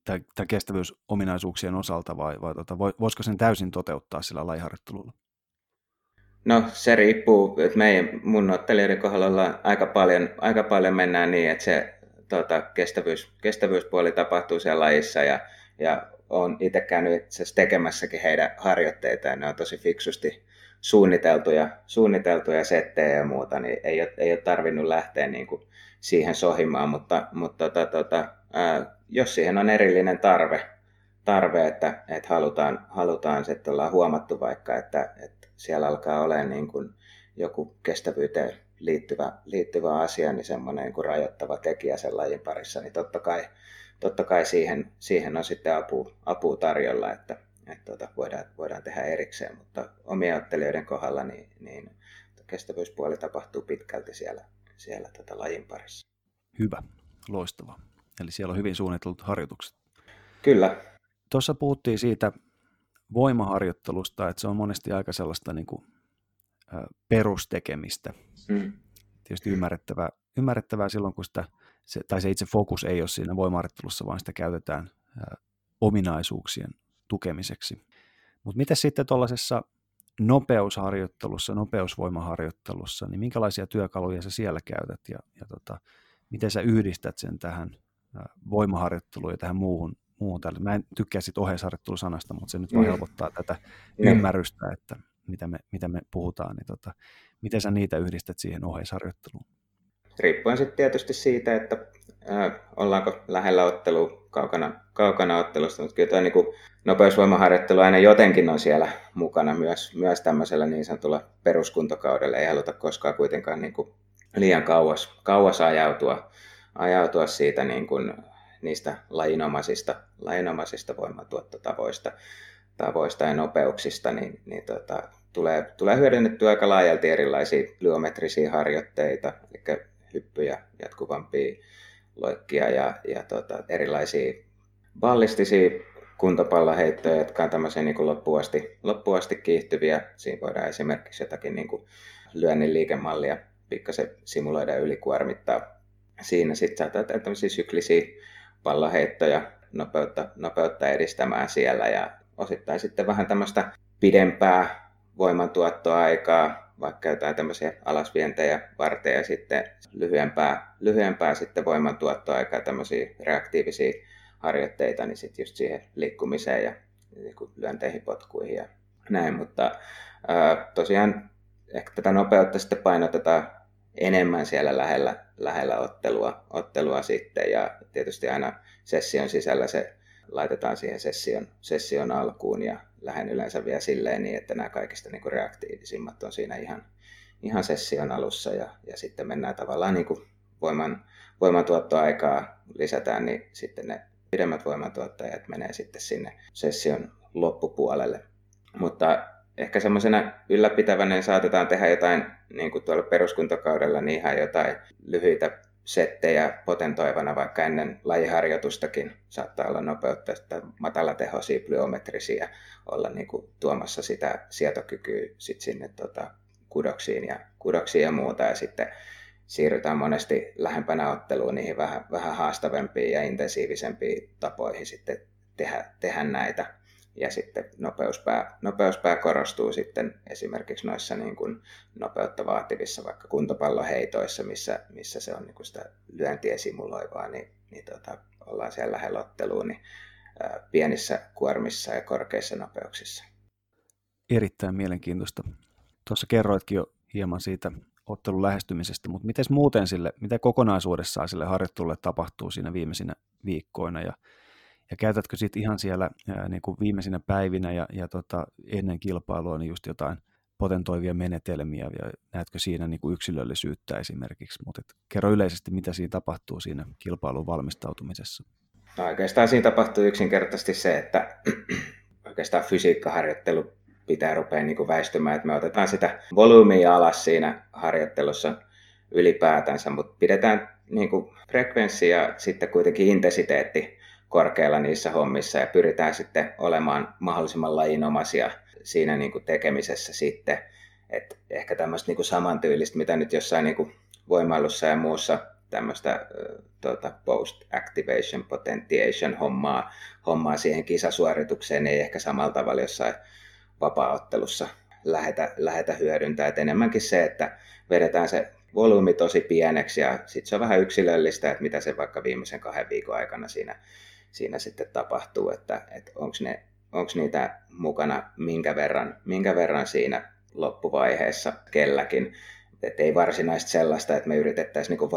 tai kestävyysominaisuuksien osalta, vai voisiko sen täysin toteuttaa sillä lajiharjoittelulla? No se riippuu, että mun ottelijoiden kohdalla ollaan aika paljon mennään niin, että se kestävyyspuoli tapahtuu siellä lajissa ja olen itse käynyt itse asiassa tekemässäkin heidän harjoitteita ja ne on tosi fiksusti suunniteltuja settejä ja muuta, niin ei ole tarvinnut lähteä niin kuin siihen sohimaan, mutta jos siihen on erillinen tarve että halutaan että ollaan huomattu vaikka, että siellä alkaa olemaan niin kuin joku kestävyyteen liittyvä asia, niin semmoinen niin kuin rajoittava tekijä sen lajin parissa, niin totta kai siihen on sitten apua tarjolla, että voidaan tehdä erikseen, mutta omien ottelijoiden kohdalla niin kestävyyspuoli tapahtuu pitkälti siellä lajin parissa. Hyvä, loistavaa. Eli siellä on hyvin suunnitellut harjoitukset. Kyllä. Tuossa puhuttiin siitä voimaharjoittelusta, että se on monesti aika sellaista niin kuin perustekemistä. Tietysti ymmärrettävää silloin, kun se itse fokus ei ole siinä voimaharjoittelussa, vaan sitä käytetään ominaisuuksien tukemiseksi. Mutta miten sitten tuollaisessa nopeusharjoittelussa, nopeusvoimaharjoittelussa, niin minkälaisia työkaluja sä siellä käytät ja miten sä yhdistät sen tähän voimaharjoitteluun ja tähän muuhun tälle. Mä en tykkää siitä oheisharjoittelusanasta, mutta se nyt vaan helpottaa tätä ymmärrystä, että mitä me puhutaan. Niin miten sä niitä yhdistät siihen oheisharjoitteluun? Riippuen sitten tietysti siitä, että ollaanko lähellä ottelua, kaukana ottelusta, mutta kyllä tuo niin kuin nopeusvoimaharjoittelu aina jotenkin on siellä mukana myös tämmöisellä niin sanotulla peruskuntokaudella. Ei haluta koskaan kuitenkaan niin kuin liian kauas ajautua siitä niin kuin niistä lajinomaisista voimantuottotavoista ja nopeuksista, niin tulee hyödynnettyä aika laajalti erilaisia plyometrisiä harjoitteita, eli hyppyjä, jatkuvampia loikkia ja erilaisia ballistisia kuntopalloheittoja, jotka on tämmöisiä niin kuin loppuasti kiihtyviä. Siinä voidaan esimerkiksi jotakin niin kuin lyönnin liikemallia pikkasen simuloida ja ylikuormittaa. Siinä sitten saattaa tehdä tämmöisiä syklisiä palloheittoja, nopeutta edistämään siellä ja osittain sitten vähän tämmöistä pidempää voimantuottoaikaa, vaikka jotain tämmöisiä alasvientejä varten ja sitten lyhyempää sitten voimantuottoaikaa, tämmöisiä reaktiivisia harjoitteita, niin sitten just siihen liikkumiseen ja lyönteihin, potkuihin ja näin, mutta tosiaan ehkä tätä nopeutta sitten painotetaan enemmän siellä lähellä ottelua sitten ja tietysti aina session sisällä se laitetaan siihen session alkuun ja lähden yleensä vielä silleen niin, että nämä kaikista niin kuin reaktiivisimmat on siinä ihan session alussa ja sitten mennään tavallaan niin kuin voimantuottoaikaa lisätään, niin sitten ne pidemmät voimantuottajat menee sitten sinne session loppupuolelle. Mutta ehkä semmoisena ylläpitävänä saatetaan tehdä jotain, niin kuin tuolla peruskuntokaudella, niin ihan jotain lyhyitä settejä potentoivana, vaikka ennen lajiharjoitustakin saattaa olla nopeutta, että matalatehoisia plyometrisiä olla niin kuin tuomassa sitä sietokykyä sit sinne kudoksiin ja muuta, ja sitten siirrytään monesti lähempänä otteluun niihin vähän haastavampiin ja intensiivisempiin tapoihin sitten tehdä näitä. Ja sitten nopeuspää korostuu sitten esimerkiksi noissa niin kuin nopeutta vaativissa vaikka kuntopalloheitoissa, missä se on niin kuin sitä lyöntiä simuloivaa, niin ollaan siellä lähellä otteluun niin pienissä kuormissa ja korkeissa nopeuksissa. Erittäin mielenkiintoista. Tuossa kerroitkin jo hieman siitä ottelun lähestymisestä, mutta miten kokonaisuudessaan sille harjoittelulle tapahtuu siinä viimeisinä viikkoina ja käytätkö sitten ihan siellä niin kuin viimeisinä päivinä ja ennen kilpailua niin just jotain potentoivia menetelmiä ja näetkö siinä niin kuin yksilöllisyyttä esimerkiksi, mutta kerro yleisesti, mitä siinä tapahtuu siinä kilpailuun valmistautumisessa. No oikeastaan siinä tapahtuu yksinkertaisesti se, että oikeastaan fysiikkaharjoittelu pitää rupea niin kuin väistymään, että me otetaan sitä volyymia alas siinä harjoittelussa ylipäätänsä, mutta pidetään niin kuin frekvenssi ja sitten kuitenkin intensiteetti korkealla niissä hommissa ja pyritään sitten olemaan mahdollisimman lajinomaisia siinä niin kuin tekemisessä sitten. Et ehkä tämmöistä niin kuin samantyylistä, mitä nyt jossain niin kuin voimailussa ja muussa tämmöistä post-activation potentiation hommaa siihen kisasuoritukseen, niin ei ehkä samalla tavalla jossain vapaaottelussa lähetä hyödyntää. Et enemmänkin se, että vedetään se volyymi tosi pieneksi ja sitten se on vähän yksilöllistä, että mitä se vaikka viimeisen 2 viikon aikana siinä sitten tapahtuu, että onko niitä mukana minkä verran siinä loppuvaiheessa kelläkin. Et ei varsinaisesti sellaista, että me yritettäisiin niinku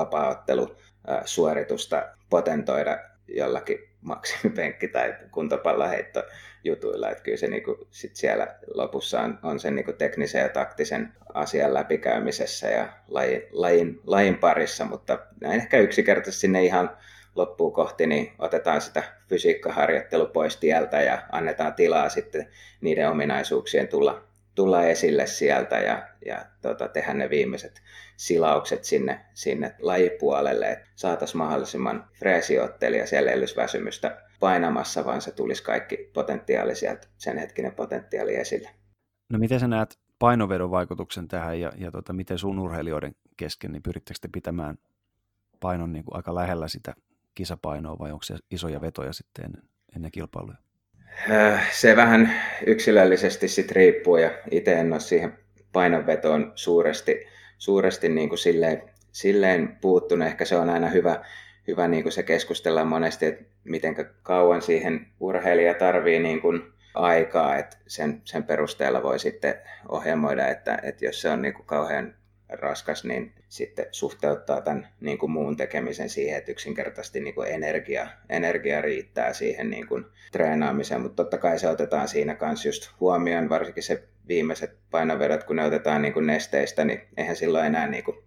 vapaaottelusuoritusta potentoida jollakin maksimipenkki- tai kuntopalloheittojutuilla. Että kyllä se niinku sit siellä lopussa on sen niinku teknisen ja taktisen asian läpikäymisessä ja lajin parissa, mutta näin ehkä yksinkertaisesti sinne ihan loppuun kohti, niin otetaan sitä fysiikkaharjoittelu pois tieltä ja annetaan tilaa sitten niiden ominaisuuksien tulla esille sieltä ja tehdä ne viimeiset silaukset sinne lajipuolelle, että saataisiin mahdollisimman freesi ottelija siellä ellysväsymystä painamassa, vaan se tulisi kaikki potentiaali sieltä, sen hetkinen potentiaali esille. No miten sä näet painovedon vaikutuksen tähän ja miten sun urheilijoiden kesken, niin pyrittekö te pitämään painon niin kuin aika lähellä sitä kisapainoa vai onko se isoja vetoja sitten ennen kilpailuja? Se vähän yksilöllisesti sit riippuu ja itse en ole siihen painonvetoon suuresti niin kuin silleen puuttunut. Ehkä se on aina hyvä niin kuin se keskustellaan monesti, että miten kauan siihen urheilija tarvii niin kuin aikaa, että sen perusteella voi sitten ohjelmoida, että jos se on niin kuin kauhean raskas, niin sitten suhteuttaa tämän niin kuin muun tekemisen siihen, että yksinkertaisesti niin kuin energia riittää siihen niin kuin treenaamiseen, mutta totta kai se otetaan siinä kanssa just huomioon, varsinkin se viimeiset painovedot, kun ne otetaan niin kuin nesteistä, niin eihän silloin enää niin kuin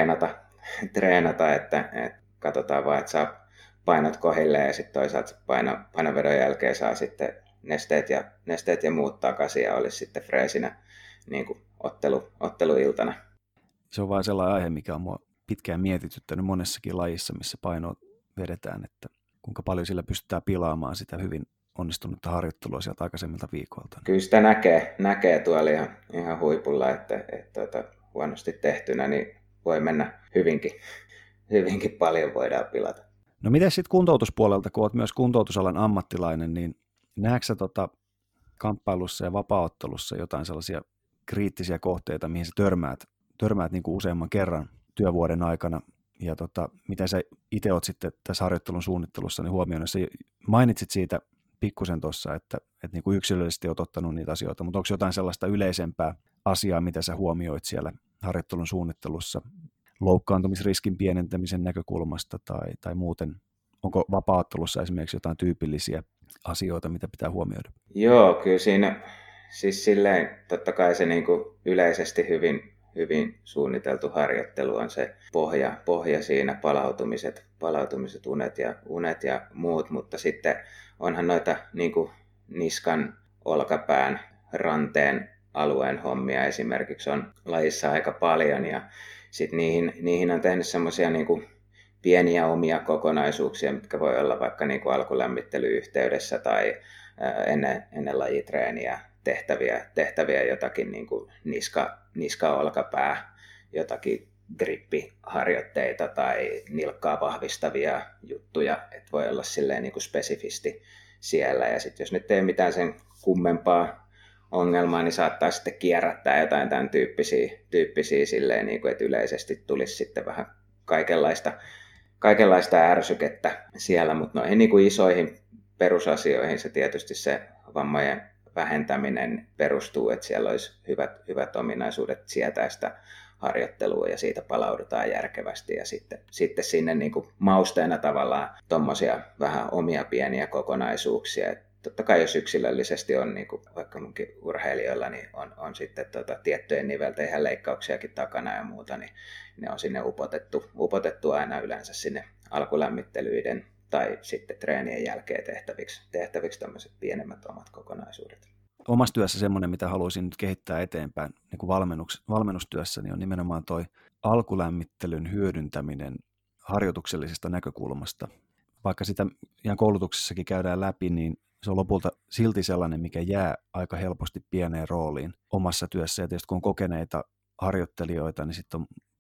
treenata, että katsotaan vaan, että saa painot kohilleen ja sitten toisaalta painovedon jälkeen saa sitten nesteet ja muut takaisin ja olisi sitten freesinä niin kuin otteluiltana. Se on vain sellainen aihe, mikä on mua pitkään mietityttänyt monessakin lajissa, missä painoa vedetään, että kuinka paljon sillä pystytään pilaamaan sitä hyvin onnistunutta harjoittelua sieltä aikaisemmilta viikoilta. Kyllä sitä näkee tuolla ihan huipulla, että huonosti tehtynä niin voi mennä hyvinkin paljon voidaan pilata. No miten sitten kuntoutuspuolelta, kun olet myös kuntoutusalan ammattilainen, niin näetkö sä kamppailussa ja vapaaottelussa jotain sellaisia kriittisiä kohteita, mihin sä törmäät niin kuin useamman kerran työvuoden aikana, ja miten sä itse olet sitten tässä harjoittelun suunnittelussa niin huomioon, sä mainitsit siitä pikkusen tuossa, että niin kuin yksilöllisesti olet ottanut niitä asioita, mutta onko jotain sellaista yleisempää asiaa, mitä sä huomioit siellä harjoittelun suunnittelussa loukkaantumisriskin pienentämisen näkökulmasta tai muuten? Onko vapaaottelussa esimerkiksi jotain tyypillisiä asioita, mitä pitää huomioida? Joo, kyllä siinä siis silleen totta kai se niin kuin yleisesti hyvin suunniteltu harjoittelu on se pohja siinä, palautumiset, unet ja muut, mutta sitten onhan noita niin kuin niskan, olkapään, ranteen alueen hommia esimerkiksi on lajissa aika paljon ja sitten niihin on tehnyt semmoisia niin kuin pieniä omia kokonaisuuksia, mitkä voi olla vaikka niin kuin alkulämmittelyyhteydessä tai ennen lajitreeniä tehtäviä jotakin niin kuin niska, olkapää, jotakin grippiharjoitteita tai nilkkaa vahvistavia juttuja, että voi olla silleen niin kuin spesifisti siellä. Ja sitten jos nyt ei mitään sen kummempaa ongelmaa, niin saattaa sitten kierrättää jotain tämän tyyppisiä silleen, niin kuin, että yleisesti tulisi sitten vähän kaikenlaista ärsykettä siellä, mutta noihin niin kuin isoihin perusasioihin se tietysti se vammojen vähentäminen perustuu, että siellä olisi hyvät ominaisuudet sietää sitä harjoittelua ja siitä palaudutaan järkevästi ja sitten sinne niin kuin mausteena tavallaan tuommoisia vähän omia pieniä kokonaisuuksia. Et totta kai jos yksilöllisesti on niin kuin vaikka munkin urheilijoilla, niin on sitten tiettyjen nivelten ihan leikkauksiakin takana ja muuta, niin ne on sinne upotettu aina yleensä sinne alkulämmittelyiden tai sitten treenien jälkeen tehtäviksi tämmöiset pienemmät omat kokonaisuudet. Omassa työssä semmoinen, mitä haluaisin nyt kehittää eteenpäin niin kuin valmennustyössä, niin on nimenomaan toi alkulämmittelyn hyödyntäminen harjoituksellisesta näkökulmasta. Vaikka sitä ihan koulutuksessakin käydään läpi, niin se on lopulta silti sellainen, mikä jää aika helposti pieneen rooliin omassa työssä. Ja tietysti kun on kokeneita harjoittelijoita, niin sitten on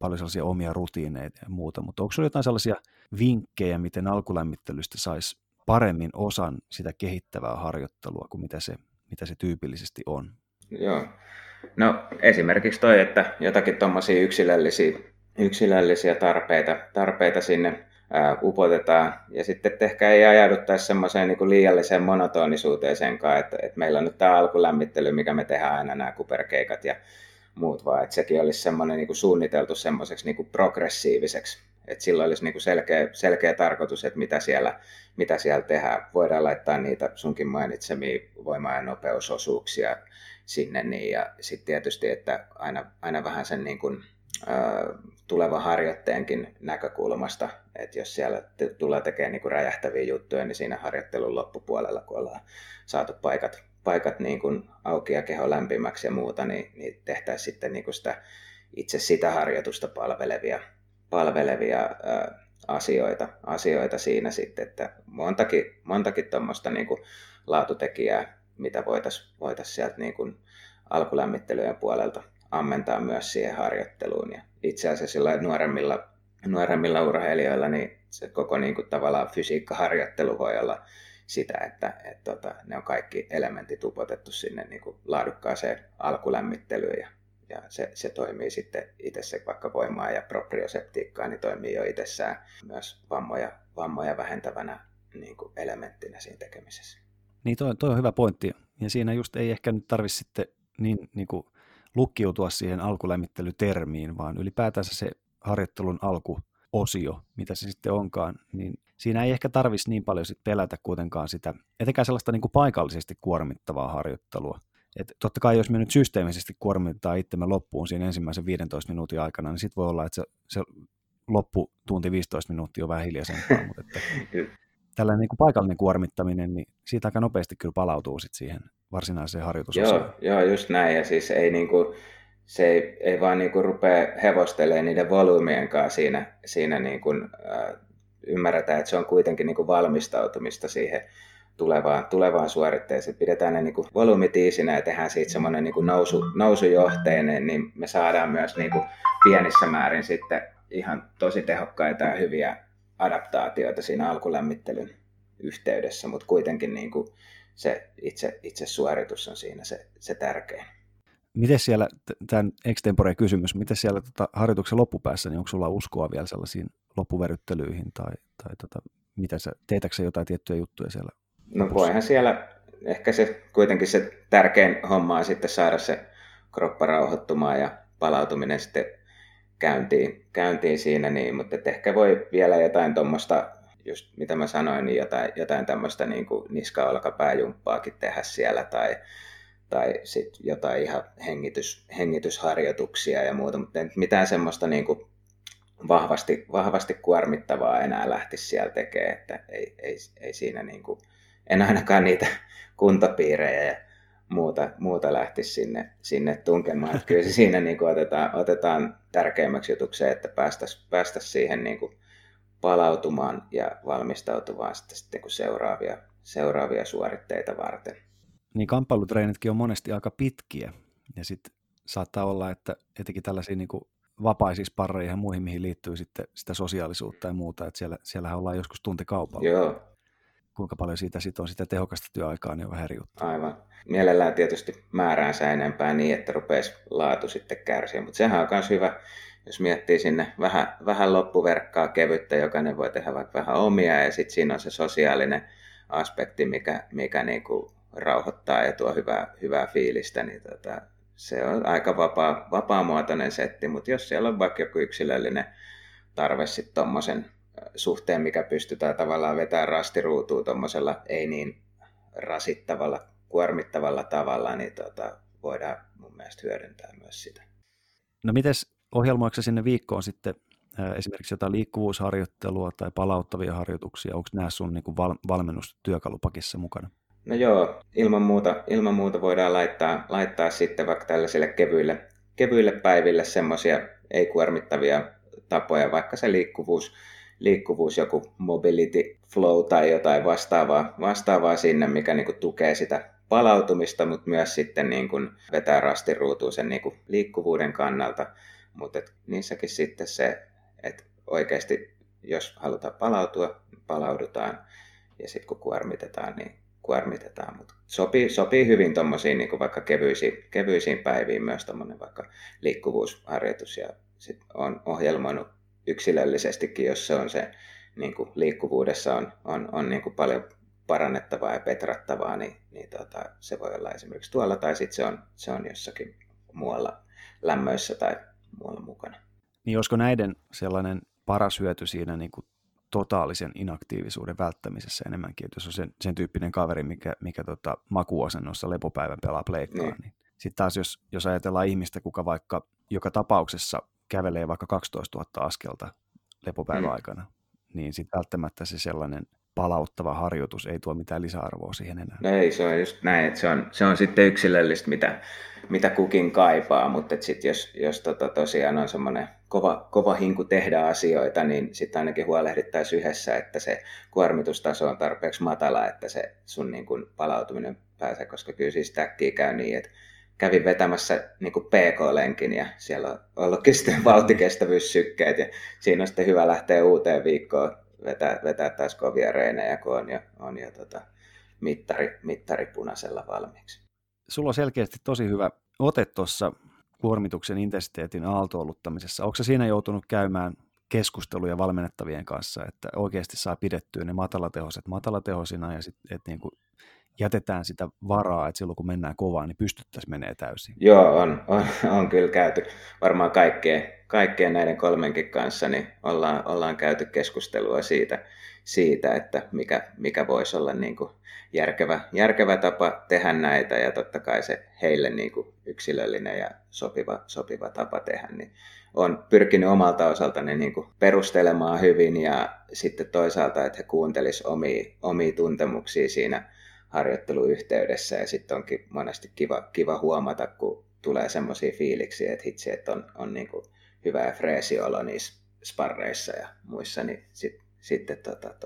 paljon sellaisia omia rutiineita ja muuta, mutta onko sinulla jotain sellaisia vinkkejä, miten alkulämmittelystä saisi paremmin osan sitä kehittävää harjoittelua kuin mitä se tyypillisesti on? Joo. No esimerkiksi toi, että jotakin tuommoisia yksilöllisiä tarpeita sinne upotetaan, ja sitten ehkä ei ajauduttaisi semmoiseen niin kuin liialliseen monotonisuuteen senkaan, että meillä on nyt tämä alkulämmittely, mikä me tehdään aina nämä kuperkeikat ja muut, vaan että sekin olisi semmoinen niin kuin suunniteltu semmoiseksi niin kuin progressiiviseksi, että silloin olisi niin kuin selkeä tarkoitus, että mitä siellä tehdään. Voidaan laittaa niitä sunkin mainitsemia voima- ja nopeusosuuksia sinne, niin, ja sitten tietysti, että aina vähän sen niin kuin, tulevan harjoitteenkin näkökulmasta, että jos siellä tulee tekemään niin kuin räjähtäviä juttuja, niin siinä harjoittelun loppupuolella, kun ollaan saatu paikat niin kuin auki ja keho lämpimäksi ja muuta, niin tehtäisiin sitten niin kuin sitä harjoitusta palvelevia asioita siinä sitten, että montakin tuommoista niin kuin laatutekijää, mitä voitaisiin sieltä niin kuin alkulämmittelyjen puolelta ammentaa myös siihen harjoitteluun. Ja itse asiassa nuoremmilla urheilijoilla niin se koko niin kuin tavallaan fysiikkaharjoittelu voi olla sitä, että ne on kaikki elementit upotettu sinne niin kuin laadukkaaseen alkulämmittelyyn, ja se toimii sitten itse, se vaikka voimaa ja proprioseptiikkaa, niin toimii jo itsessään myös vammoja vähentävänä niin kuin elementtinä siinä tekemisessä. Niin toi on hyvä pointti, ja siinä just ei ehkä nyt tarvitse sitten niin kuin lukkiutua siihen alkulämmittelytermiin, vaan ylipäätänsä se harjoittelun alkuosio, mitä se sitten onkaan, niin siinä ei ehkä tarvitsisi niin paljon sit pelätä kuitenkaan sitä, etenkään sellaista niin kuin paikallisesti kuormittavaa harjoittelua. Et totta kai jos me nyt systeemisesti kuormitetaan itsemme loppuun siinä ensimmäisen 15 minuutin aikana, niin sitten voi olla, että se loppu tunti 15 minuuttia on vähän hiljaisempaa, mutta että tällainen niin kuin paikallinen kuormittaminen, niin siitä aika nopeasti kyllä palautuu sit siihen varsinaiseen harjoitusosioon. Joo, just näin, ja siis se ei vaan niin kuin rupea hevostelemaan niiden volyymien kanssa siinä niin kuin, ymmärretään, että se on kuitenkin niin kuin valmistautumista siihen tulevaan suoritteeseen. Pidetään ne niin kuin volyymit iisinä ja tehdään siitä semmoinen niin kuin nousujohteinen, niin me saadaan myös niin kuin pienissä määrin sitten ihan tosi tehokkaita ja hyviä adaptaatioita siinä alkulämmittelyn yhteydessä, mutta kuitenkin niin kuin se itse suoritus on siinä se tärkein. Miten siellä, tämän extempore kysymys, miten siellä harjoituksen loppupäässä, niin onko sulla uskoa vielä sellaisiin loppuveryttelyihin tai teetäkö sä jotain tiettyjä juttuja siellä? No voihan siellä, ehkä se kuitenkin se tärkein homma on sitten saada se kroppa rauhoittumaan ja palautuminen sitten käyntiin siinä, niin, mutta ehkä voi vielä jotain tuommoista, just mitä mä sanoin, niin jotain tämmöistä niin kuin niska-olkapääjumppaakin tehdä siellä tai sitten jotain ihan hengitysharjoituksia ja muuta, mutta ei mitään semmoista niin kuin vahvasti kuormittavaa enää lähtisi siellä tekemään, että ei siinä niin kuin, en ainakaan niitä kuntopiirejä ja muuta lähtisi sinne tunkemaan. Että kyllä se siinä niin kuin otetaan tärkeimmäksi jutuksi, että päästäisiin siihen niin kuin palautumaan ja valmistautumaan sitten niin kuin seuraavia suoritteita varten. Niin kamppailutreenitkin on monesti aika pitkiä, ja sitten saattaa olla, että etenkin tällaisia niin kuin vapaisia sparreihin ja muihin, mihin liittyy sitten sitä sosiaalisuutta ja muuta, että siellähän ollaan joskus tuntikaupalla. Joo. Kuinka paljon siitä sitten on sitä tehokasta työaikaa, niin on vähän eri juttu. Aivan. Mielellään tietysti määräänsä enempää niin, että rupeisi laatu sitten kärsiä, mutta sehän on myös hyvä, jos miettii sinne vähän loppuverkkaa kevyttä, jokainen voi tehdä vaikka vähän omia, ja sitten siinä on se sosiaalinen aspekti, mikä niinku rauhoittaa ja tuo hyvää fiilistä, niin se on aika vapaamuotoinen setti, mutta jos siellä on vaikka joku yksilöllinen tarve sitten tuommoisen suhteen, mikä pystytään tavallaan vetämään rastiruutuun tuommoisella ei niin rasittavalla, kuormittavalla tavalla, niin voidaan mun mielestä hyödyntää myös sitä. No mites ohjelmoiko sinne viikkoon sitten esimerkiksi jotain liikkuvuusharjoittelua tai palauttavia harjoituksia? Onko nämä sun niin kuin valmennustyökalupakissa mukana? No joo, ilman muuta voidaan laittaa sitten vaikka tällaisille kevyille päiville semmoisia ei-kuormittavia tapoja, vaikka se liikkuvuus, joku mobility flow tai jotain vastaavaa sinne, mikä niin kuin tukee sitä palautumista, mutta myös sitten niin kuin vetää rastiruutuun sen niin kuin liikkuvuuden kannalta. mutta niissäkin sitten se, että oikeasti jos halutaan palautua, niin palaudutaan, ja sitten kun kuormitetaan, niin kuormitetaan. Mutta sopii hyvin tuommoisiin niin vaikka kevyisiin päiviin myös tuommoinen vaikka liikkuvuusharjoitus, ja sitten on ohjelmoinut yksilöllisestikin, jos se on se niin kuin liikkuvuudessa on niin kuin paljon parannettavaa ja petrattavaa, niin se voi olla esimerkiksi tuolla, tai sitten se on jossakin muualla lämmöissä tai muualla mukana. Niin olisiko näiden sellainen paras hyöty siinä niin kuin totaalisen inaktiivisuuden välttämisessä enemmänkin, että jos on sen tyyppinen kaveri, mikä makuasennossa lepopäivän pelaa pleikkaa, niin sitten taas jos ajatellaan ihmistä, kuka vaikka joka tapauksessa kävelee vaikka 12 000 askelta lepopäivän aikana, niin sitten välttämättä se sellainen palauttava harjoitus ei tuo mitään lisäarvoa siihen enää. No ei, se on just näin, että se on sitten yksilöllistä, mitä kukin kaipaa, mutta sitten jos tosiaan on semmoinen kova hinku tehdä asioita, niin sitten ainakin huolehdittaisiin yhdessä, että se kuormitustaso on tarpeeksi matala, että se sun niin kun palautuminen pääsee, koska kyllä siis äkkiä käy niin, että kävin vetämässä niin kuin PK-lenkin ja siellä on ollutkin sitten vauhtikestävyyssykkeet ja siinä on sitten hyvä lähteä uuteen viikkoon vetää taas kovia reenejä, kun on jo mittari punaisella valmiiksi. Sulla on selkeästi tosi hyvä ote tuossa kuormituksen intensiteetin aaltoiluttamisessa. Onko siinä joutunut käymään keskusteluja valmennettavien kanssa, että oikeasti saa pidettyä ne matalatehoiset matalatehoisina ja sitten niinku jätetään sitä varaa, että silloin kun mennään kovaa, niin pystyttäisiin menee täysin? Joo, on kyllä käyty. Varmaan kaikkien näiden kolmenkin kanssa niin ollaan käyty keskustelua siitä että mikä voisi olla niin kuin järkevä tapa tehdä näitä, ja totta kai se heille niin kuin yksilöllinen ja sopiva tapa tehdä, niin on pyrkinyt omalta osaltani niin kuin perustelemaan hyvin, ja sitten toisaalta, että he kuuntelisivat omia tuntemuksia siinä harjoitteluyhteydessä, ja sitten onkin monesti kiva huomata, kun tulee semmoisia fiiliksiä, että hitsi, että on niin kuin hyvä ja freesi olo niissä sparreissa ja muissa, niin sitten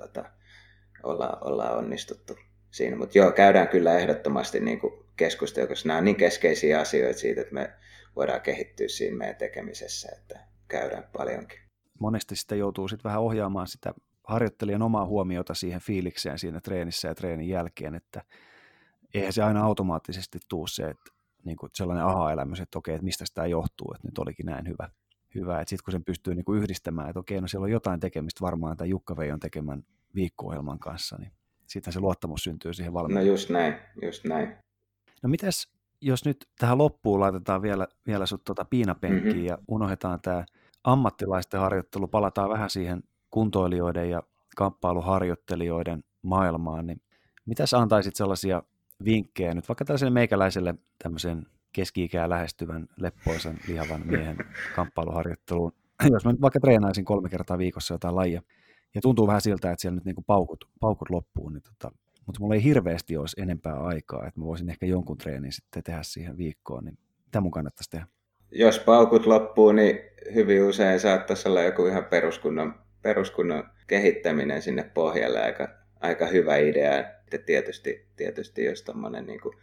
ollaan onnistuttu siinä. Mutta joo, käydään kyllä ehdottomasti niin kuin keskustelua, koska nämä on niin keskeisiä asioita siitä, että me voidaan kehittyä siinä meidän tekemisessä, että käydään paljonkin. Monesti sitä joutuu sitten vähän ohjaamaan sitä harjoittelijan omaa huomiota siihen fiilikseen siinä treenissä ja treenin jälkeen, että eihän se aina automaattisesti tule se, että niin kuin sellainen aha-elämys, että okei, että mistä sitä johtuu, että nyt olikin näin hyvä. Että sitten kun sen pystyy niin kuin yhdistämään, että okei, no siellä on jotain tekemistä varmaan tämän Jukka Veijon tekemän viikko-ohjelman kanssa, niin sitten se luottamus syntyy siihen valmiin. No just näin. No mitäs, jos nyt tähän loppuun laitetaan vielä sut piinapenkkiin ja unohdetaan tämä ammattilaisten harjoittelu, palataan vähän siihen kuntoilijoiden ja kamppailuharjoittelijoiden maailmaan, niin mitäs antaisit sellaisia vinkkejä nyt vaikka tällaiselle meikäläiselle tämmöisen keski-ikää lähestyvän, leppoisan, lihavan miehen kamppailuharjoitteluun, jos mä nyt vaikka treenaisin 3 kertaa viikossa jotain lajia, ja tuntuu vähän siltä, että siellä nyt niin kuin paukut loppuu, niin mutta mulla ei hirveästi olisi enempää aikaa, että mä voisin ehkä jonkun treenin sitten tehdä siihen viikkoon, niin mitä mun kannattaisi tehdä? Jos paukut loppuu, niin hyvin usein saattaisi olla joku ihan peruskunnon kehittäminen sinne pohjalle, aika hyvä idea. Tietysti jos tommonen niin kuin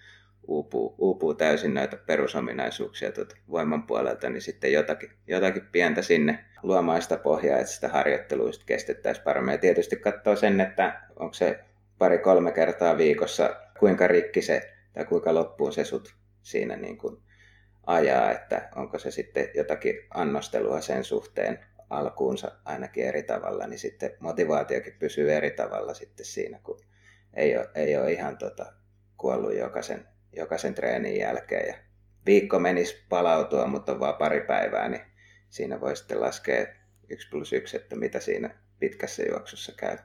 uupuu täysin näitä perusominaisuuksia voiman puolelta, niin sitten jotakin pientä sinne luomaan sitä pohjaa, että sitä harjoittelua kestettäisiin paremmin. Ja tietysti katsoo sen, että onko se 2-3 kertaa viikossa, kuinka rikki se tai kuinka loppuun se sut siinä niin kuin ajaa, että onko se sitten jotakin annostelua sen suhteen alkuunsa ainakin eri tavalla, niin sitten motivaatiokin pysyy eri tavalla sitten siinä, kun ei ole ihan kuollut jokaisen treenin jälkeen. Ja viikko menisi palautua, mutta on vaan 2 päivää, niin siinä voi sitten laskea 1+1, että mitä siinä pitkässä juoksussa käy.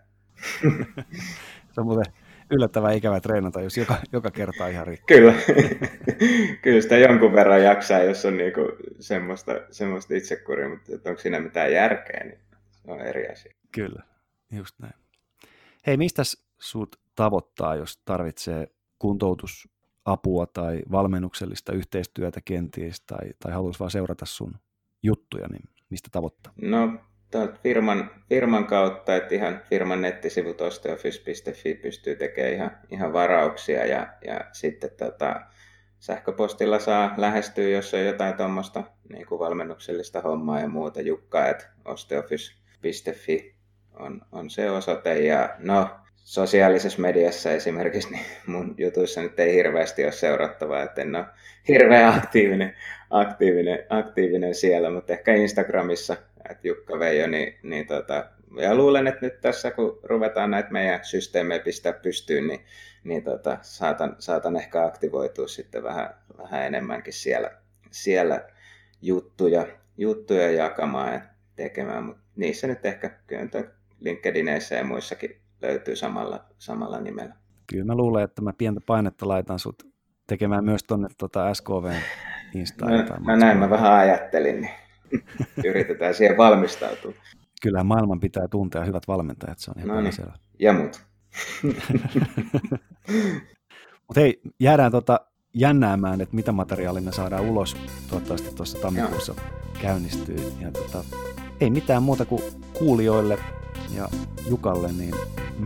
Se on muuten yllättävän ikävä treenata, jos joka kerta ihan rikki. Kyllä sitä jonkun verran jaksaa, jos on niinku semmoista itsekuria, mutta onko siinä mitään järkeä, niin se on eri asia. Kyllä, just näin. Hei, mistä sut tavoittaa, jos tarvitsee kuntoutusapua tai valmennuksellista yhteistyötä kenties, tai haluaisi vaan seurata sun juttuja, niin mistä tavoittaa? No, firman kautta, että ihan firman nettisivut osteofys.fi pystyy tekemään ihan varauksia, ja sitten sähköpostilla saa lähestyä, jos on jotain tuommoista niin kuin valmennuksellista hommaa ja muuta. jukka@osteofys.fi on se osoite. Ja no, sosiaalisessa mediassa esimerkiksi niin mun jutuissa nyt ei hirveästi ole seurattavaa, että en ole hirveän aktiivinen siellä, mutta ehkä Instagramissa, että Jukka Veijo, ja luulen, että nyt tässä kun ruvetaan näitä meidän systeemejä pistää pystyyn, niin saatan ehkä aktivoitua sitten vähän enemmänkin siellä juttuja jakamaan ja tekemään, mutta niissä nyt ehkä LinkedIneissä ja muissakin löytyy samalla nimellä. Kyllä mä luulen, että mä pientä painetta laitan sut tekemään myös tuonne SKV Instaan. No näin mä vähän ajattelin, niin yritetään siihen valmistautua. Kyllähän maailman pitää tuntea hyvät valmentajat, se on ihan päivänselvä. Ja muut. Mutta hei, jäädään jännäämään, että mitä materiaalia me saadaan ulos. Toivottavasti tuossa tammikuussa käynnistyy. Ja ei mitään muuta kuin kuulijoille ja Jukalle niin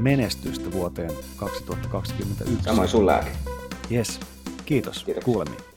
menestystä vuoteen 2021. Samoin sullekin. Yes, kiitos. Kuulemiin.